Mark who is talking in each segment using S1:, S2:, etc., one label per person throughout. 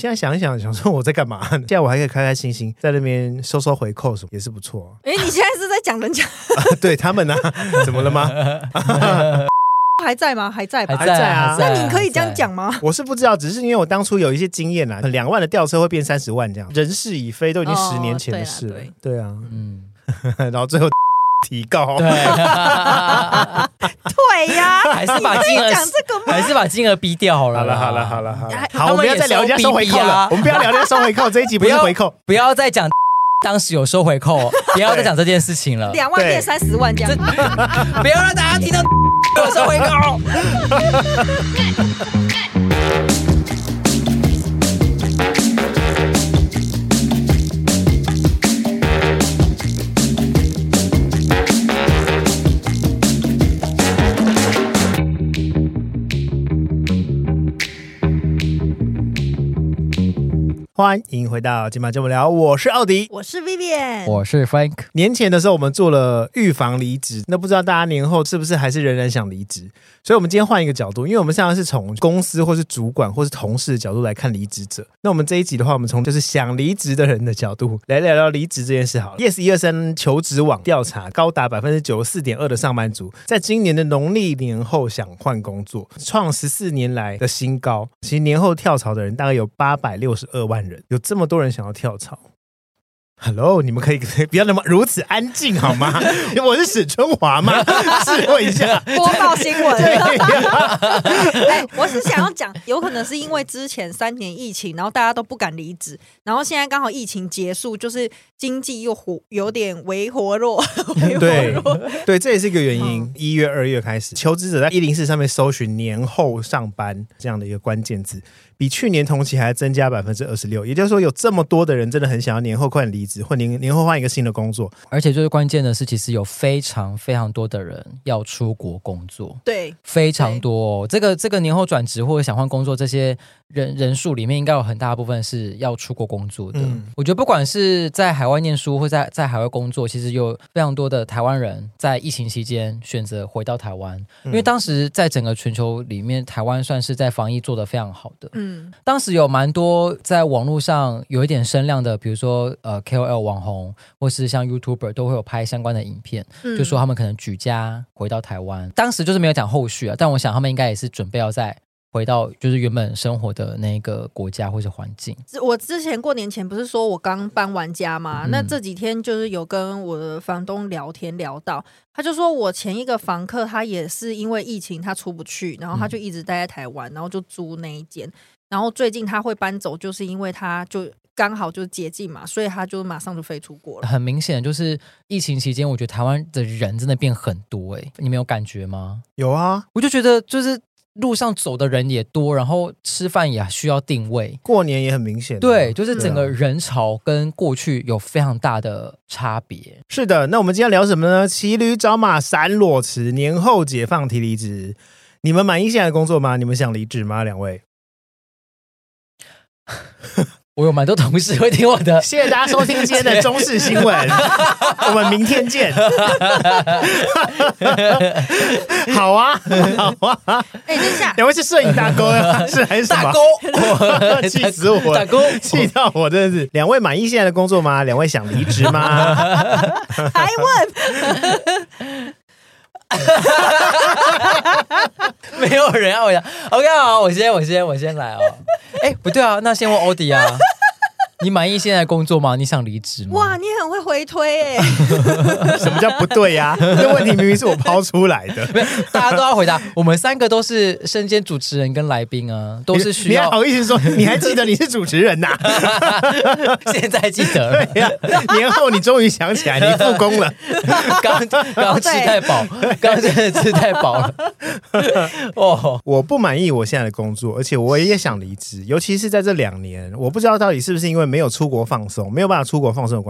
S1: 现在想一想，想说我在干嘛？现在我还可以开开心心在那边收回扣什么，也是不错。
S2: 你现在是在讲人家
S1: 对他们呢、怎么了吗？
S2: 还在吗？还在吧？
S1: 还在啊。
S2: 那你可以这样讲吗？
S1: 我是不知道，只是因为我当初有一些经验啦，2万的吊车会变30万这样，人事已非，都已经10年前的事了。对啊，然后最后提高，
S2: 对呀，
S3: 还是把金额
S2: 讲这个吗？
S3: 还是把金额逼掉好了。
S1: 好了，好，我们要再聊一下收回扣了。我们不要聊一下收回扣，这一集不是回扣，
S3: 不要再讲当时有收回扣，不要再讲这件事情了。
S2: 2万变30万这样，
S3: 不要让大家听到有收回扣。
S1: 欢迎回到今晚节目聊，我是奥迪，
S2: 我是 Vivian，
S3: 我是 Frank。
S1: 年前的时候我们做了预防离职，那不知道大家年后是不是还是仍然想离职？所以我们今天换一个角度，因为我们现在是从公司或是主管或是同事的角度来看离职者。那我们这一集的话，我们从就是想离职的人的角度来聊聊离职这件事好了。Yes123求职网调查，高达 94.2% 的上班族在今年的农历年后想换工作，创14年来的新高。其实年后跳槽的人大概有862万人，有这么多人想要跳槽。Hello， 你们可以不要那么如此安静好吗？我是史春华吗？试问一下，
S2: 播报新闻。我是想要讲，有可能是因为之前3年疫情，然后大家都不敢离职，然后现在刚好疫情结束，就是经济又有点微活络。
S1: 对，这也是一个原因。1月、2月开始，求职者在104上面搜寻年后上班这样的一个关键字，比去年同期还增加 26%， 也就是说有这么多的人真的很想要年后快点离职，或年后换一个新的工作。
S3: 而且最关键的是，其实有非常非常多的人要出国工作，
S2: 对，
S3: 非常多这个年后转职或者想换工作，这些人数里面应该有很大部分是要出国工作的。我觉得不管是在海外念书或在海外工作，其实有非常多的台湾人在疫情期间选择回到台湾，因为当时在整个全球里面，台湾算是在防疫做得非常好的。当时有蛮多在网络上有一点声量的，比如说KOL 网红或是像 YouTuber 都会有拍相关的影片，就说他们可能举家回到台湾。当时就是没有讲后续啊，但我想他们应该也是准备要再回到就是原本生活的那个国家或是环境。
S2: 我之前过年前不是说我刚搬完家吗？那这几天就是有跟我的房东聊天聊到，他就说我前一个房客他也是因为疫情他出不去，然后他就一直待在台湾，然后就租那一间，然后最近他会搬走，就是因为他就刚好就解禁嘛，所以他就马上就飞出国了。
S3: 很明显就是疫情期间，我觉得台湾的人真的变很多你们有感觉吗？
S1: 有啊，
S3: 我就觉得就是路上走的人也多，然后吃饭也需要定位，
S1: 过年也很明显。
S3: 对，就是整个人潮跟过去有非常大的差别。
S1: 是的，那我们今天聊什么呢？骑驴找马闪裸辞，年后解放提离职。你们满意现在的工作吗？你们想离职吗？两位？
S3: 我有蛮多同事会听我的。
S1: 谢谢大家收听今天的中视新闻，我们明天见。好啊，好啊。
S2: 等一下，
S1: 两位是摄影大哥是还是什么？
S3: 大哥，
S1: 气死我了！
S3: 大哥，
S1: 气到我真的是。两位满意现在的工作吗？两位想离职吗？
S2: 还问？
S3: 没有人要回答。OK， 好，我先来哦。不对啊，那先问欧迪啊，你满意现在的工作吗？你想离职吗？
S2: 哇，你很会回推
S1: 什么叫不对呀？这问题明明是我抛出来的。
S3: 大家都要回答。我们3个都是身兼主持人跟来宾啊，都是需要。
S1: 你还好意思说？你还记得你是主持人呐？
S3: 现在记得了。
S1: 对呀，年后你终于想起来，你复工了。
S3: 刚吃太饱，刚真的吃太饱了。
S1: 我不满意我现在的工作，而且我也想离职，尤其是在这2年，我不知道到底是不是因为没有出国放松，没有办法出国放松的关系，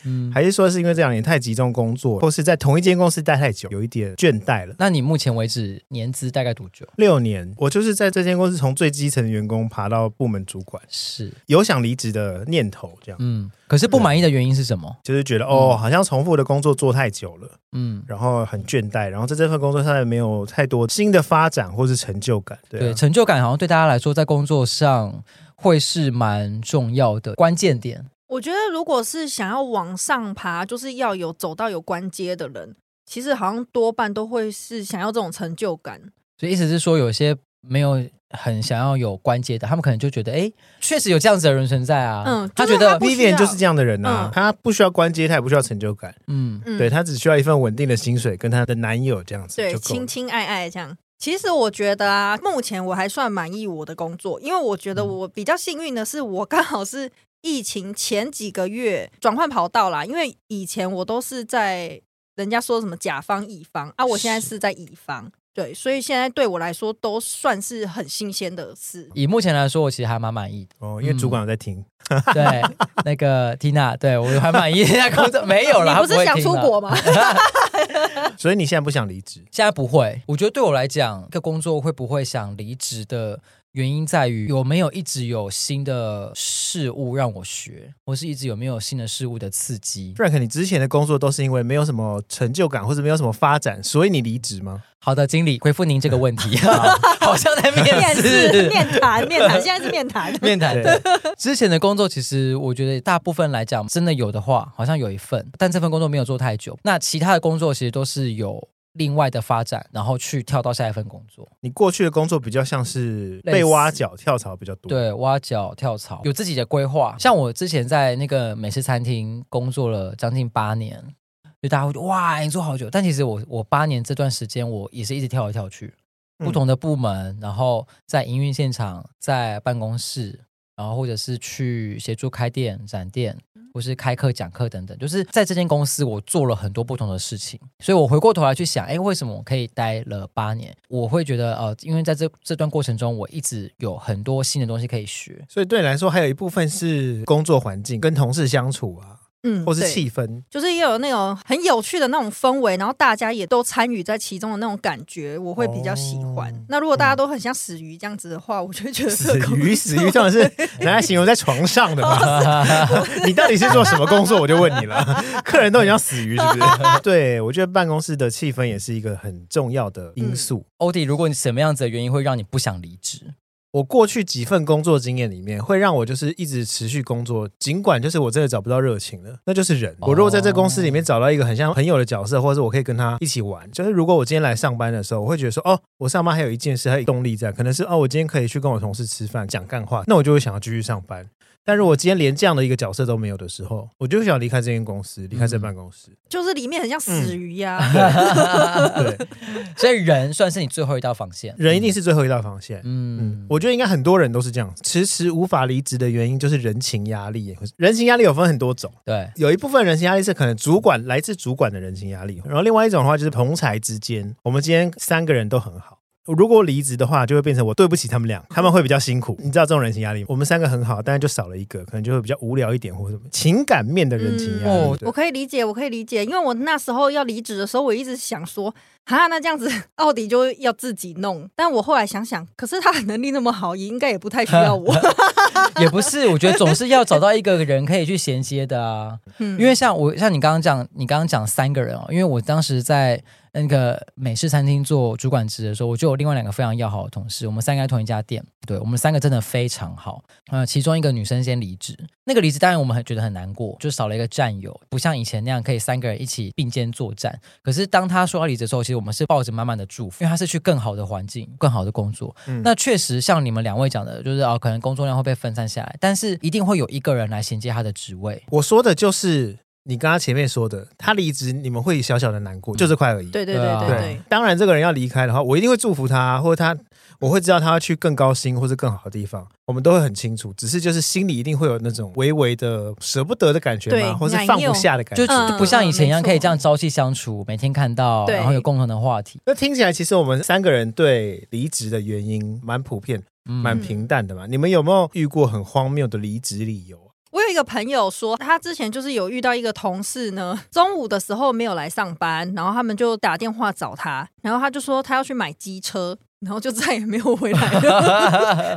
S1: 还是说是因为这2年太集中工作，或是在同一间公司待太久，有一点倦怠了？
S3: 那你目前为止年资大概多久
S1: ？6年，我就是在这间公司从最基层的员工爬到部门主管，
S3: 是
S1: 有想离职的念头这样。
S3: 可是不满意的原因是什么？
S1: 就是觉得好像重复的工作做太久了，然后很倦怠，然后在这份工作上也没有太多新的发展或是成就感。
S3: 对，成就感好像对大家来说在工作上会是蛮重要的关键点。
S2: 我觉得如果是想要往上爬，就是要有走到有关阶的人，其实好像多半都会是想要这种成就感。
S3: 所以意思是说，有些没有很想要有关阶的，他们可能就觉得确实有这样子的人存在啊。他觉得
S1: Vivian 就是这样的人啊，他不需要关阶，他也不需要成就感。对，他只需要一份稳定的薪水跟他的男友这样子就够了，
S2: 对，亲亲爱爱这样。其实我觉得啊，目前我还算满意我的工作，因为我觉得我比较幸运的是，我刚好是疫情前几个月转换跑道啦。因为以前我都是在人家说什么甲方乙方啊，我现在是在乙方。对，所以现在对我来说都算是很新鲜的事。
S3: 以目前来说，我其实还蛮满意的
S1: 因为主管有在听。
S3: 对，那个 Tina， 对我还满意。现在工作没有啦，
S2: 你不是想出国吗？
S1: 所以你现在不想离职？
S3: 现在不会。我觉得对我来讲，这个工作会不会想离职的原因在于有没有一直有新的事物让我学，或是一直有没有新的事物的刺激。
S1: Frank， 你之前的工作都是因为没有什么成就感或者没有什么发展，所以你离职吗？
S3: 好的，经理回复您这个问题。好像在面
S2: 试面谈，现在是面谈。
S3: 面谈。对，之前的工作其实我觉得大部分来讲真的有的话好像有一份，但这份工作没有做太久。那其他的工作其实都是有另外的发展，然后去跳到下一份工作。
S1: 你过去的工作比较像是被挖角跳槽比较多。
S3: 对，挖角跳槽，有自己的规划。像我之前在那个美式餐厅工作了将近8年，就大家会觉得哇你做好久，但其实我8年这段时间我也是一直跳来跳去不同的部门，然后在营运现场，在办公室，然后或者是去协助开店展店，或是开课讲课等等，就是在这间公司我做了很多不同的事情。所以我回过头来去想为什么我可以待了8年，我会觉得因为在这段过程中我一直有很多新的东西可以学。
S1: 所以对你来说还有一部分是工作环境跟同事相处啊，或是气氛，
S2: 就是也有那种很有趣的那种氛围，然后大家也都参与在其中的那种感觉，我会比较喜欢。那如果大家都很像死鱼这样子的话，我就觉得
S1: 死鱼当然是拿来形容在床上的嘛。你到底是做什么工作？我就问你了。客人都很像死鱼，是不是？对，我觉得办公室的气氛也是一个很重要的因素。
S3: 欧弟，如果你什么样子的原因会让你不想离职？
S1: 我过去几份工作经验里面，会让我就是一直持续工作，尽管就是我真的找不到热情了，那就是人。我如果在这公司里面找到一个很像朋友的角色，或者是我可以跟他一起玩，就是如果我今天来上班的时候，我会觉得说我上班还有一件事，还有动力在，可能是我今天可以去跟我同事吃饭讲干话，那我就会想要继续上班。但如果今天连这样的一个角色都没有的时候，我就想离开这间公司，离开这办公室，
S2: 就是里面很像死鱼呀。
S1: 对，
S3: 所以人算是你最后一道防线，
S1: 人一定是最后一道防线。我觉得应该很多人都是这样，迟迟无法离职的原因就是人情压力。人情压力有分很多种，
S3: 对，
S1: 有一部分人情压力是可能来自主管的人情压力，然后另外一种的话就是同侪之间，我们今天3个人都很好。如果离职的话，就会变成我对不起他们俩，他们会比较辛苦。你知道这种人情压力，我们3个很好，但是就少了一个，可能就会比较无聊一点，或者什么情感面的人情压力。
S2: 我可以理解，因为我那时候要离职的时候，我一直想说，那这样子奥迪就要自己弄。但我后来想想，可是他能力那么好，应该也不太需要我。
S3: 也不是，我觉得总是要找到一个人可以去衔接的啊。因为像你刚刚讲3个人因为我当时在那个美式餐厅做主管职的时候，我就有另外2个非常要好的同事，我们3个在同一家店，对，我们3个真的非常好。其中一个女生先离职，那个离职当然我们觉得很难过，就少了一个战友，不像以前那样可以3个人一起并肩作战。可是当他说要离职的时候，其实我们是抱着满满的祝福，因为他是去更好的环境、更好的工作。那确实像你们2位讲的，就是可能工作量会被分散下来，但是一定会有一个人来衔接他的职位。
S1: 我说的就是你刚刚前面说的，他离职你们会小小的难过，就这块而已。
S2: 对。
S1: 当然这个人要离开的话，我一定会祝福他，或者我会知道他要去更高薪或是更好的地方，我们都会很清楚。只是就是心里一定会有那种微微的舍不得的感觉嘛，或是放不下的感觉，
S3: 就不像以前一样可以这样朝夕相处，每天看到，然后有共同的话题。
S1: 那听起来其实我们3个人对离职的原因蛮普遍、蛮平淡的嘛。你们有没有遇过很荒谬的离职理由？
S2: 我有一个朋友说，他之前就是有遇到一个同事呢，中午的时候没有来上班，然后他们就打电话找他，然后他就说他要去买机车，然后就再也没有回来了。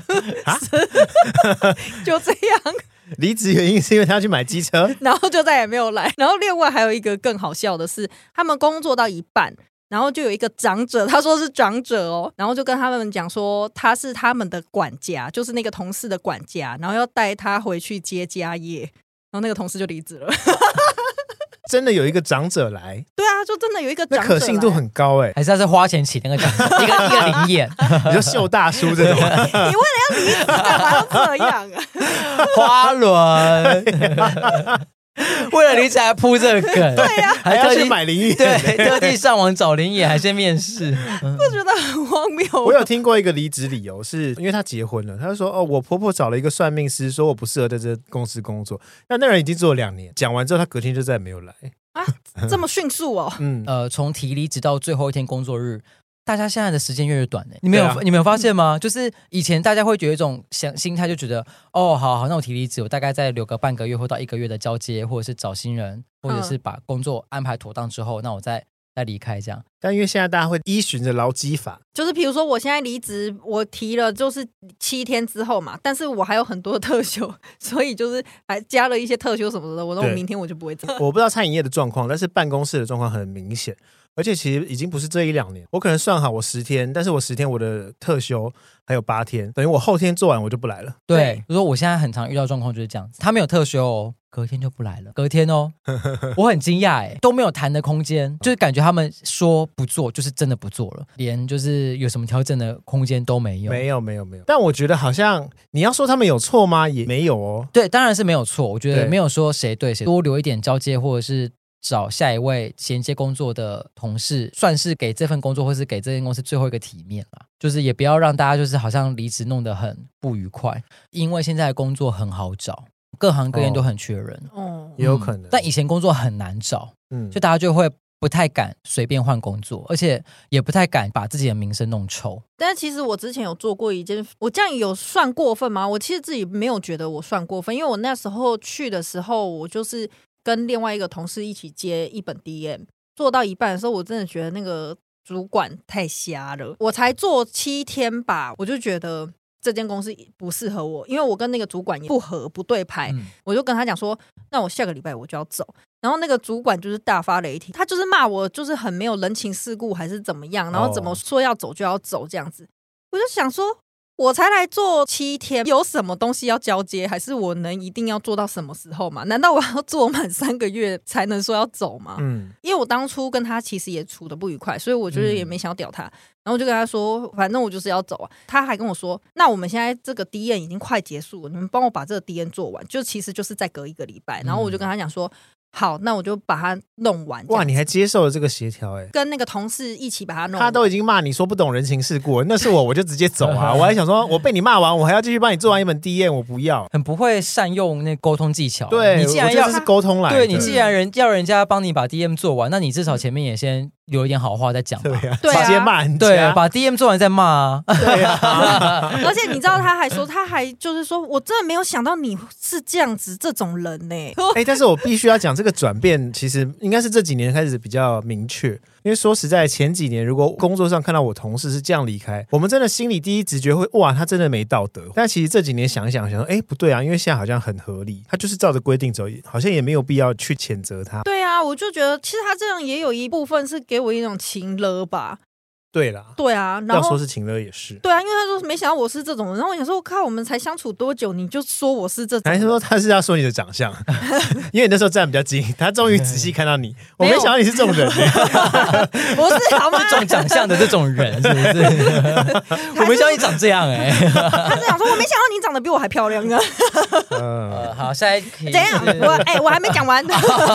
S2: 就这样。
S1: 离职原因是因为他要去买机车，
S2: 然后就再也没有来。然后另外还有一个更好笑的是，他们工作到一半，然后就有一个长者，他说是长者哦，然后就跟他们讲说他是他们的管家，就是那个同事的管家，然后要带他回去接家业，然后那个同事就离职了。
S1: 真的有一个长者来，
S2: 对啊，就真的有一个长者来，
S1: 那可信度很高哎、
S3: 还是他是花钱请那个长一个灵眼，
S1: 你说秀大叔这种，
S2: 你为了要离职干嘛要这样啊？
S3: 花轮，为了离职还铺这个梗，
S2: 对呀、
S1: 还要去买灵眼、
S3: 对，特地上网找灵眼，还先面试。
S2: 我觉得很荒谬。
S1: 我有听过一个离职理由，是因为他结婚了，他就说哦，我婆婆找了一个算命师，说我不适合在这公司工作。那人已经做了2年，讲完之后，他隔天就再也没有来。
S2: 啊，这么迅速哦？
S3: 从提离职到最后一天工作日，大家现在的时间越来越短呢。你没
S1: 对啊
S3: 有发现吗？就是以前大家会觉得一种心态，就觉得哦，好，那我提离职，我大概再留个半个月或到1个月的交接，或者是找新人，或者是把工作安排妥当之后，那我再离开这样。
S1: 但因为现在大家会依循着劳基法，
S2: 就是比如说我现在离职，我提了就是7天之后嘛，但是我还有很多的特休，所以就是还加了一些特休什么的，我说明天我就不会走。
S1: 我不知道餐饮业的状况，但是办公室的状况很明显。而且其实已经不是这1-2年，我可能算好我10天，但是我10天我的特休还有8天，等于我后天做完我就不来了。
S3: 对，比如说我现在很常遇到状况就是这样子，他没有特休哦，隔天就不来了，隔天哦，我很惊讶哎，都没有谈的空间，就是感觉他们说不做就是真的不做了，连就是有什么调整的空间都没有。
S1: 没有。但我觉得好像你要说他们有错吗？也没有哦。
S3: 对，当然是没有错，我觉得
S1: 对
S3: 没有说谁对谁，多留一点交接或者是找下一位衔接工作的同事，算是给这份工作或是给这间公司最后一个体面啦。就是也不要让大家就是好像离职弄得很不愉快，因为现在的工作很好找，各行各业都很缺人，
S1: 也有可能。
S3: 但以前工作很难找，就大家就会不太敢随便换工作，而且也不太敢把自己的名声弄臭。
S2: 但其实我之前有做过一件，我这样有算过分吗？我其实自己没有觉得我算过分，因为我那时候去的时候，我就是跟另外一个同事一起接一本 DM， 做到一半的时候，我真的觉得那个主管太瞎了。我才做7天吧，我就觉得这间公司不适合我，因为我跟那个主管也不合不对牌，我就跟他讲说，那我下个礼拜我就要走。然后那个主管就是大发雷霆，他就是骂我就是很没有人情世故还是怎么样，然后怎么说要走就要走这样子。我就想说，我才来做7天，有什么东西要交接，还是我能一定要做到什么时候嘛？难道我要做满3个月才能说要走吗？因为我当初跟他其实也处得不愉快，所以我觉得也没想要屌他。然后我就跟他说，反正我就是要走啊。他还跟我说，那我们现在这个 DM 已经快结束了，你们帮我把这个 DM 做完，就其实就是再隔1个礼拜。然后我就跟他讲说，好，那我就把它弄完。
S1: 哇，你还接受了这个协调哎，
S2: 跟那个同事一起把它弄完。
S1: 他都已经骂你说不懂人情世故，那是我就直接走啊！我还想说，我被你骂完，我还要继续帮你做完一本 DM， 我不要。
S3: 很不会善用那沟通技巧。
S1: 对，
S3: 你既然要
S1: 这是沟通来的，
S3: 对你既然要人家帮你把 DM 做完，那你至少前面也先留一点好话再讲吧。
S1: 对啊，直接骂人家，
S3: 对啊，把 DM 做完再骂啊。
S1: 对啊，
S2: 而且你知道，他还就是说我真的没有想到你是这样子这种人呢。
S1: 但是我必须要讲这个转变，其实应该是这几年开始比较明确。因为说实在，前几年如果工作上看到我同事是这样离开，我们真的心里第一直觉会哇，他真的没道德。但其实这几年想一想，想说，不对啊，因为现在好像很合理，他就是照着规定走，好像也没有必要去谴责他。
S2: 对啊，我就觉得其实他这样也有一部分是给我一种情勒吧。
S1: 对啦，
S2: 对啊，然后
S1: 要说是情勒也是。
S2: 对啊，因为他说没想到我是这种人，然后我想说，我靠，我们才相处多久，你就说我是这种人？
S1: 还是说他是要说你的长相？因为你那时候站比较近，他终于仔细看到你，我没想到你是这种人。
S2: 不是好吗？
S3: 这种长相的这种人是不是？我没想到你长这样哎。
S2: 他是想说，我没想到你长得比我还漂亮啊。
S3: 好，下一题。
S2: 怎样？我还没讲完。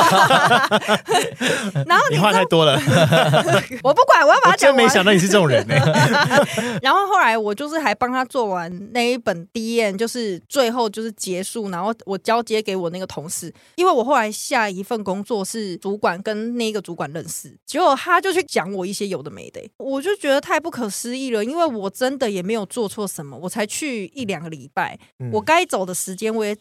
S2: 然后
S1: 你话太多了，
S2: 我不管，我要把它讲完。
S1: 真没想到你是这种人。
S2: 然后后来我就是还帮他做完那一本 DM， 就是最后就是结束，然后我交接给我那个同事，因为我后来下一份工作是主管跟那个主管认识，结果他就去讲我一些有的没的，我就觉得太不可思议了，因为我真的也没有做错什么，我才去1-2个礼拜，我该走的时间我也走，我帮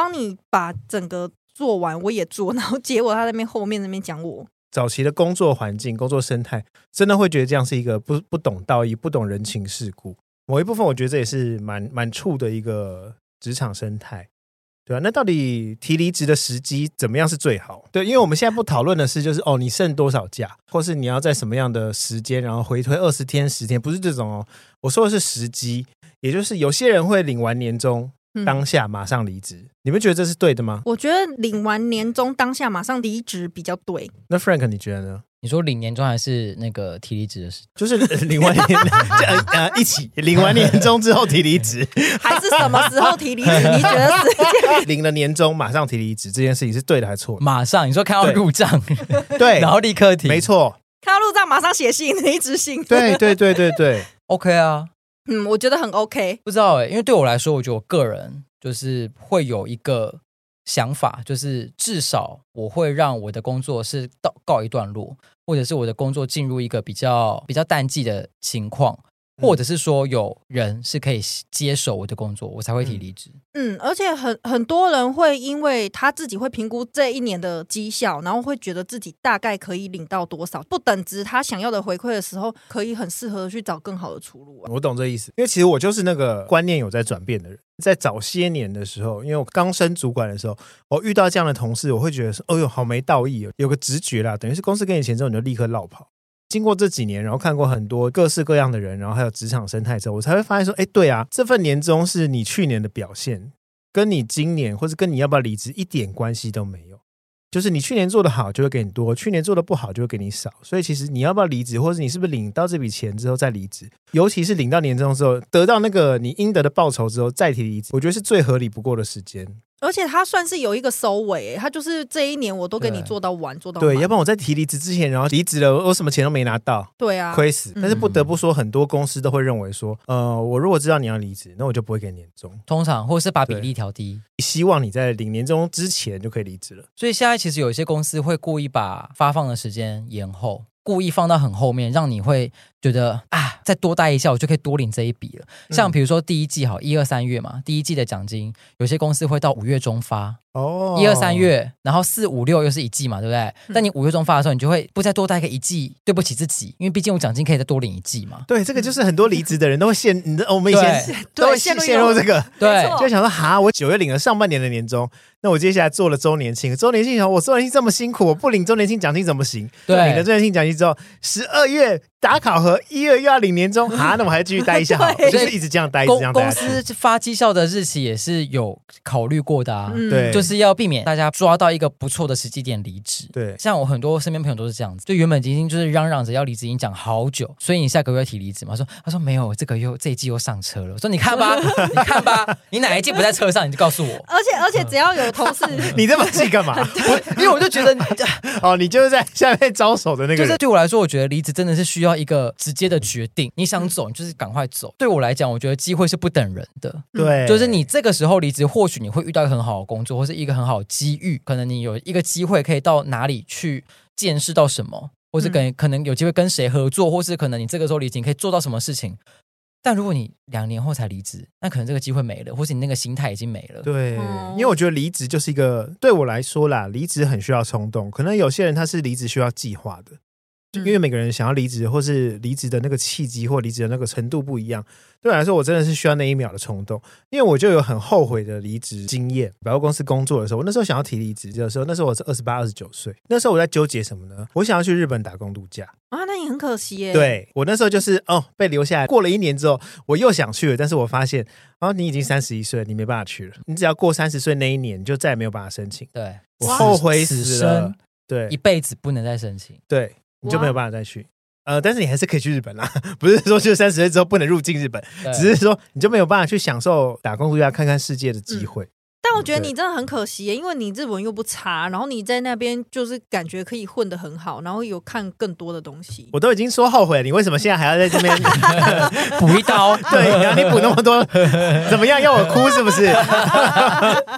S2: 帮你把整个做完，我也做，然后结果他在那边后面那边讲我。
S1: 早期的工作环境、工作生态，真的会觉得这样是一个不懂道义、不懂人情世故。某一部分，我觉得这也是蛮怵的一个职场生态。对啊，那到底提离职的时机怎么样是最好？对，因为我们现在不讨论的是，就是你剩多少假，或是你要在什么样的时间，然后回推20天、10天，不是这种哦。我说的是时机，也就是有些人会领完年终，当下马上离职。你们觉得这是对的吗？
S2: 我觉得领完年终当下马上离职比较对。
S1: 那 Frank 你觉得呢？
S3: 你说领年终还是那个提离职的事？
S1: 就是领完年一起领完年终之后提离职，
S2: 还是什么时候提离职？你觉得是
S1: 领了年终马上提离职这件事情是对的还是错的？
S3: 马上，你说看到入账，
S1: 对，
S3: 然后立刻提，
S1: 没错，
S2: 看到入账马上写信离职信。
S1: 对对对对对
S3: ，OK 啊。
S2: 我觉得很 OK。
S3: 不知道因为对我来说，我觉得我个人就是会有一个想法，就是至少我会让我的工作是告一段落，或者是我的工作进入一个比较淡季的情况，或者是说有人是可以接手我的工作，我才会提离职。
S2: 而且很多人会因为他自己会评估这一年的绩效，然后会觉得自己大概可以领到多少，不等值他想要的回馈的时候，可以很适合的去找更好的出路啊。
S1: 我懂这意思，因为其实我就是那个观念有在转变的人。在早些年的时候，因为我刚升主管的时候，我遇到这样的同事，我会觉得说，哦呦，好没道义哦，有个直觉啦，等于是公司给你钱之后，你就立刻落跑。经过这几年，然后看过很多各式各样的人，然后还有职场生态之后，我才会发现说，对啊，这份年终是你去年的表现，跟你今年或者跟你要不要离职一点关系都没有。就是你去年做的好就会给你多，去年做的不好就会给你少，所以其实你要不要离职，或者你是不是领到这笔钱之后再离职，尤其是领到年终之后得到那个你应得的报酬之后再提离职，我觉得是最合理不过的时间。
S2: 而且他算是有一个收尾，他就是这一年我都给你做到完，做到满。
S1: 对，要不然我在提离职之前，然后离职了，我什么钱都没拿到，
S2: 对啊，
S1: 亏死。但是不得不说，很多公司都会认为说，我如果知道你要离职，那我就不会给年终，
S3: 通常或是把比例调低，
S1: 希望你在领年终之前就可以离职了。
S3: 所以现在其实有一些公司会故意把发放的时间延后，故意放到很后面，让你会觉得再多待一下，我就可以多领这一笔了。像比如说第一季好1、2、3月嘛，第一季的奖金，有些公司会到5月中发。1、2、3月，然后4、5、6又是一季嘛，对不对？但你5月中发的时候，你就会不再多待个一季，对不起自己，因为毕竟我奖金可以再多领一季嘛。
S1: 对，这个就是很多离职的人都会我们以前都会陷入这个，
S3: 对，
S1: 就想说我9月领了上半年的年终，那我接下来做了周年庆，我周年庆这么辛苦，我不领周年庆奖金怎么行？
S3: 对，
S1: 领了周年庆奖金之后，12月打考核，1月又要领年终，那我还继续待一下好，就是一直这样待，一直这样待。
S3: 公司发绩效的日期也是有考虑过的啊，
S1: 对，
S3: 就是要避免大家抓到一个不错的时机点离职。
S1: 对，
S3: 像我很多身边朋友都是这样子，就原本已经就是嚷嚷着要离职，已经讲好久，所以你下个月提离职嘛？他说没有，这一季又上车了。我说你看吧，你哪一季不在车上，你就告诉我。
S2: 而且只要有同事，
S1: 你这么气干嘛？
S3: 因为我就觉得
S1: 你就是在下面招手的那个人。
S3: 就是对我来说，我觉得离职真的是需要一个直接的决定。你想走，你就是赶快走。对我来讲，我觉得机会是不等人的。
S1: 对，
S3: 就是你这个时候离职，或许你会遇到一个很好的工作，或是一个很好的机遇，可能你有一个机会可以到哪里去见识到什么，或是可能有机会跟谁合作，或是可能你这个时候离职你可以做到什么事情。但如果你2年后才离职，那可能这个机会没了，或是你那个心态已经没了。
S1: 对，因为我觉得离职就是一个，对我来说啦，离职很需要冲动。可能有些人他是离职需要计划的，因为每个人想要离职或是离职的那个契机或离职的那个程度不一样。对我来说，我真的是需要那1秒的冲动，因为我就有很后悔的离职经验。百货公司工作的时候，我那时候想要提离职的时候，那时候我是28、29岁，那时候我在纠结什么呢？我想要去日本打工度假
S2: 啊，那你很可惜耶。
S1: 对，我那时候就是被留下来，过了1年之后，我又想去了，但是我发现你已经31岁了，你没办法去了，你只要过30岁那一年，你就再也没有办法申请。
S3: 对，
S1: 我后悔死了，对，
S3: 一辈子不能再申请，
S1: 对，你就没有办法再去。但是你还是可以去日本啦，不是说就30岁之后不能入境日本，只是说你就没有办法去享受打工度假、看看世界的机会。
S2: 但我觉得你真的很可惜耶，因为你日文又不差，然后你在那边就是感觉可以混得很好，然后有看更多的东西。
S1: 我都已经说后悔了，你为什么现在还要在这边
S3: 补一刀？
S1: 对，然后你补那么多，怎么样？要我哭是不是？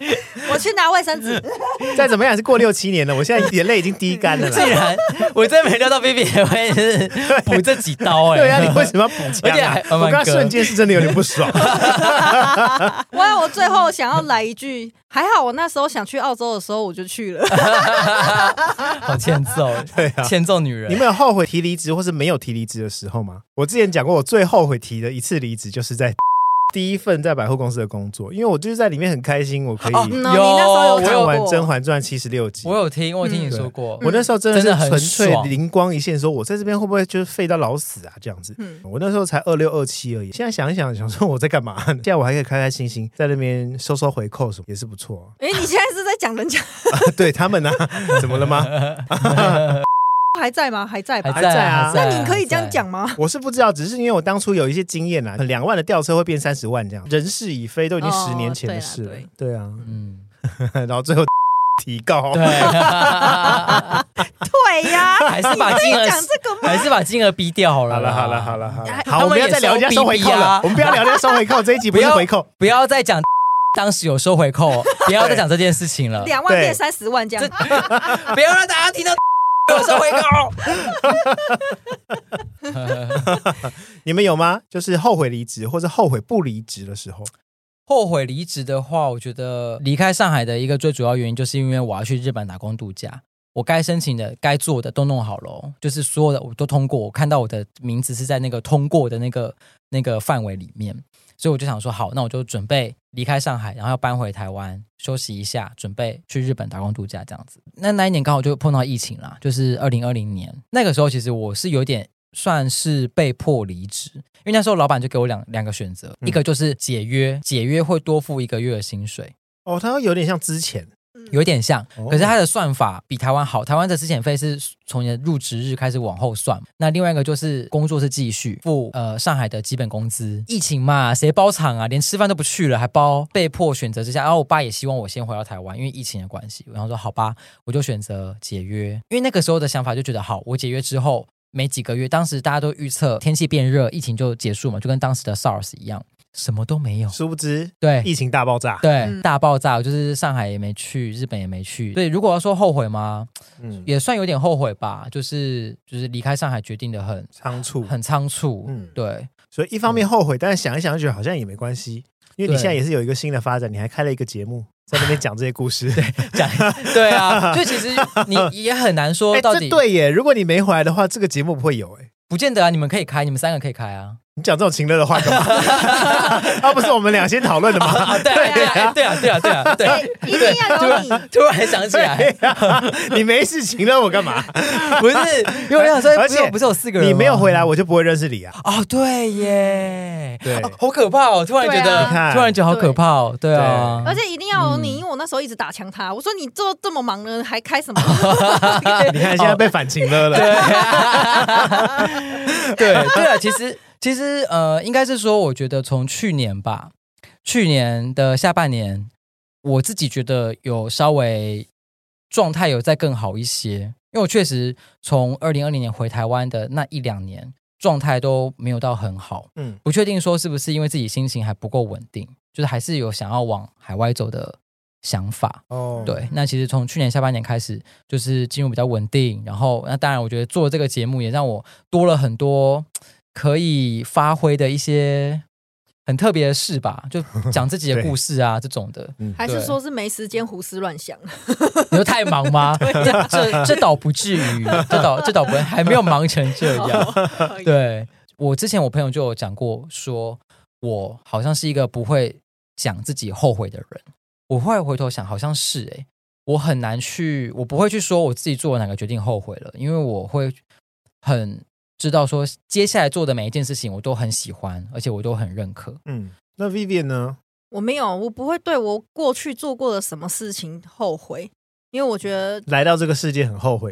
S2: 我去拿卫生纸。
S1: 再怎么样也是过6-7年了，我现在眼泪已经滴干了啦。
S3: 既然我真没料到 Vivi 也会是补这几刀
S1: 对啊，你为什么要补枪
S3: 而且还
S1: 我刚刚瞬间是真的有点不爽。
S2: 我最后想要来一句，还好我那时候想去澳洲的时候我就去了。
S3: 好欠揍，
S1: 对啊，
S3: 欠揍女人。
S1: 你们有后悔提离职或是没有提离职的时候吗？我之前讲过，我最后悔提的一次离职就是在第一份在百货公司的工作，因为我就是在里面很开心，我可以
S2: 你那时候有
S1: 看完
S2: 过
S1: 《甄嬛传》76集。
S3: 我有听你说过，
S1: 我那时候真的是纯粹
S3: 很
S1: 灵光一现，说我在这边会不会就是废到老死啊这样子。我那时候才26、27而已，现在想一想，想说我在干嘛？现在我还可以开开心心在那边收回扣什么，也是不错。
S2: 你现在是在讲人家？
S1: 对他们呢？怎么了吗？
S2: 还在吗？还在吧？
S1: 还在啊。
S2: 那你可以这样讲吗？
S1: 我是不知道，只是因为我当初有一些经验啦，2万的吊车会变30万这样，人事已非，都已经10年前的事了。对啊，然后最后提告，
S3: 对
S2: 呀，
S3: 还是把金额
S2: 讲这个吗？
S3: 还是把金额逼掉好了。
S1: 好了，好，我们要再聊人家收回扣了，我们不要聊人家收回扣，这一集不是回扣，
S3: 不要再讲当时有收回扣，不要再讲这件事情了。
S2: 2万变30万这样，
S3: 不要让大家听到有收回
S1: 扣。你们有吗？就是后悔离职或者后悔不离职的时候？
S3: 后悔离职的话，我觉得离开上海的一个最主要原因，就是因为我要去日本打工度假。我该申请的、该做的都弄好了，就是所有的我都通过。我看到我的名字是在那个通过的那个范围里面，所以我就想说，好，那我就准备离开上海，然后要搬回台湾休息一下，准备去日本打工度假这样子。那一年刚好就碰到疫情啦，就是2020年。那个时候其实我是有点算是被迫离职，因为那时候老板就给我两个选择，一个就是解约会多付1个月的薪水。
S1: 哦，它有点像之前。
S3: 有点像，可是它的算法比台湾好。台湾的资遣费是从你的入职日开始往后算。那另外一个就是工作是继续付上海的基本工资。疫情嘛，谁包场啊？连吃饭都不去了，还包。被迫选择之下，然后我爸也希望我先回到台湾，因为疫情的关系。然后说好吧，我就选择解约。因为那个时候的想法就觉得，好，我解约之后没几个月，当时大家都预测天气变热，疫情就结束嘛，就跟当时的 SARS 一样。什么都没有，
S1: 殊不知，
S3: 对，
S1: 疫情大爆炸，
S3: 对，大爆炸，就是上海也没去，日本也没去。所以如果要说后悔吗？也算有点后悔吧，就是离开上海决定的很仓促，对。
S1: 所以一方面后悔，但是想一想就觉得好像也没关系，因为你现在也是有一个新的发展，你还开了一个节目，在那边讲这些故事，
S3: 对啊，就其实你也很难说到底。
S1: 这对耶，如果你没回来的话，这个节目不会有哎，
S3: 不见得啊，你们可以开，你们3个可以开啊。
S1: 你讲这种情乐的话干嘛？不是我们俩先讨论的吗？
S3: 对，
S2: 一定要有你。
S3: 突然想起来，
S1: 你没事情了，我干嘛？
S3: 不是，因为我想说，而且不是有4个人，
S1: 你没有回来，我就不会认识你啊。
S3: 哦，对耶，
S1: 对，
S3: 好可怕哦！突然觉得好可怕哦，对啊。
S2: 而且一定要有你，因为我那时候一直打枪他，我说你做这么忙了，还开什么？
S1: 你看现在被反情了。
S3: 对啊，其实应该是说，我觉得从去年的下半年，我自己觉得有稍微状态有再更好一些，因为我确实从2020年回台湾的那1-2年，状态都没有到很好，不确定说是不是因为自己心情还不够稳定，就是还是有想要往海外走的想法。对，那其实从去年下半年开始，就是进入比较稳定，然后那当然我觉得做这个节目也让我多了很多可以发挥的一些很特别的事吧，就讲自己的故事啊这种的。
S2: 还是说是没时间胡思乱想？
S3: 你说太忙吗？这倒不至于，这倒不会，还没有忙成这样。对，我之前我朋友就有讲过，说我好像是一个不会讲自己后悔的人。我后来回头想，好像是我很难去，我不会去说我自己做了哪个决定后悔了，因为我会很知道说接下来做的每一件事情我都很喜欢，而且我都很认可。
S1: 那 Vivian 呢？
S2: 我没有，我不会对我过去做过的什么事情后悔，因为我觉得
S1: 来到这个世界很后悔的。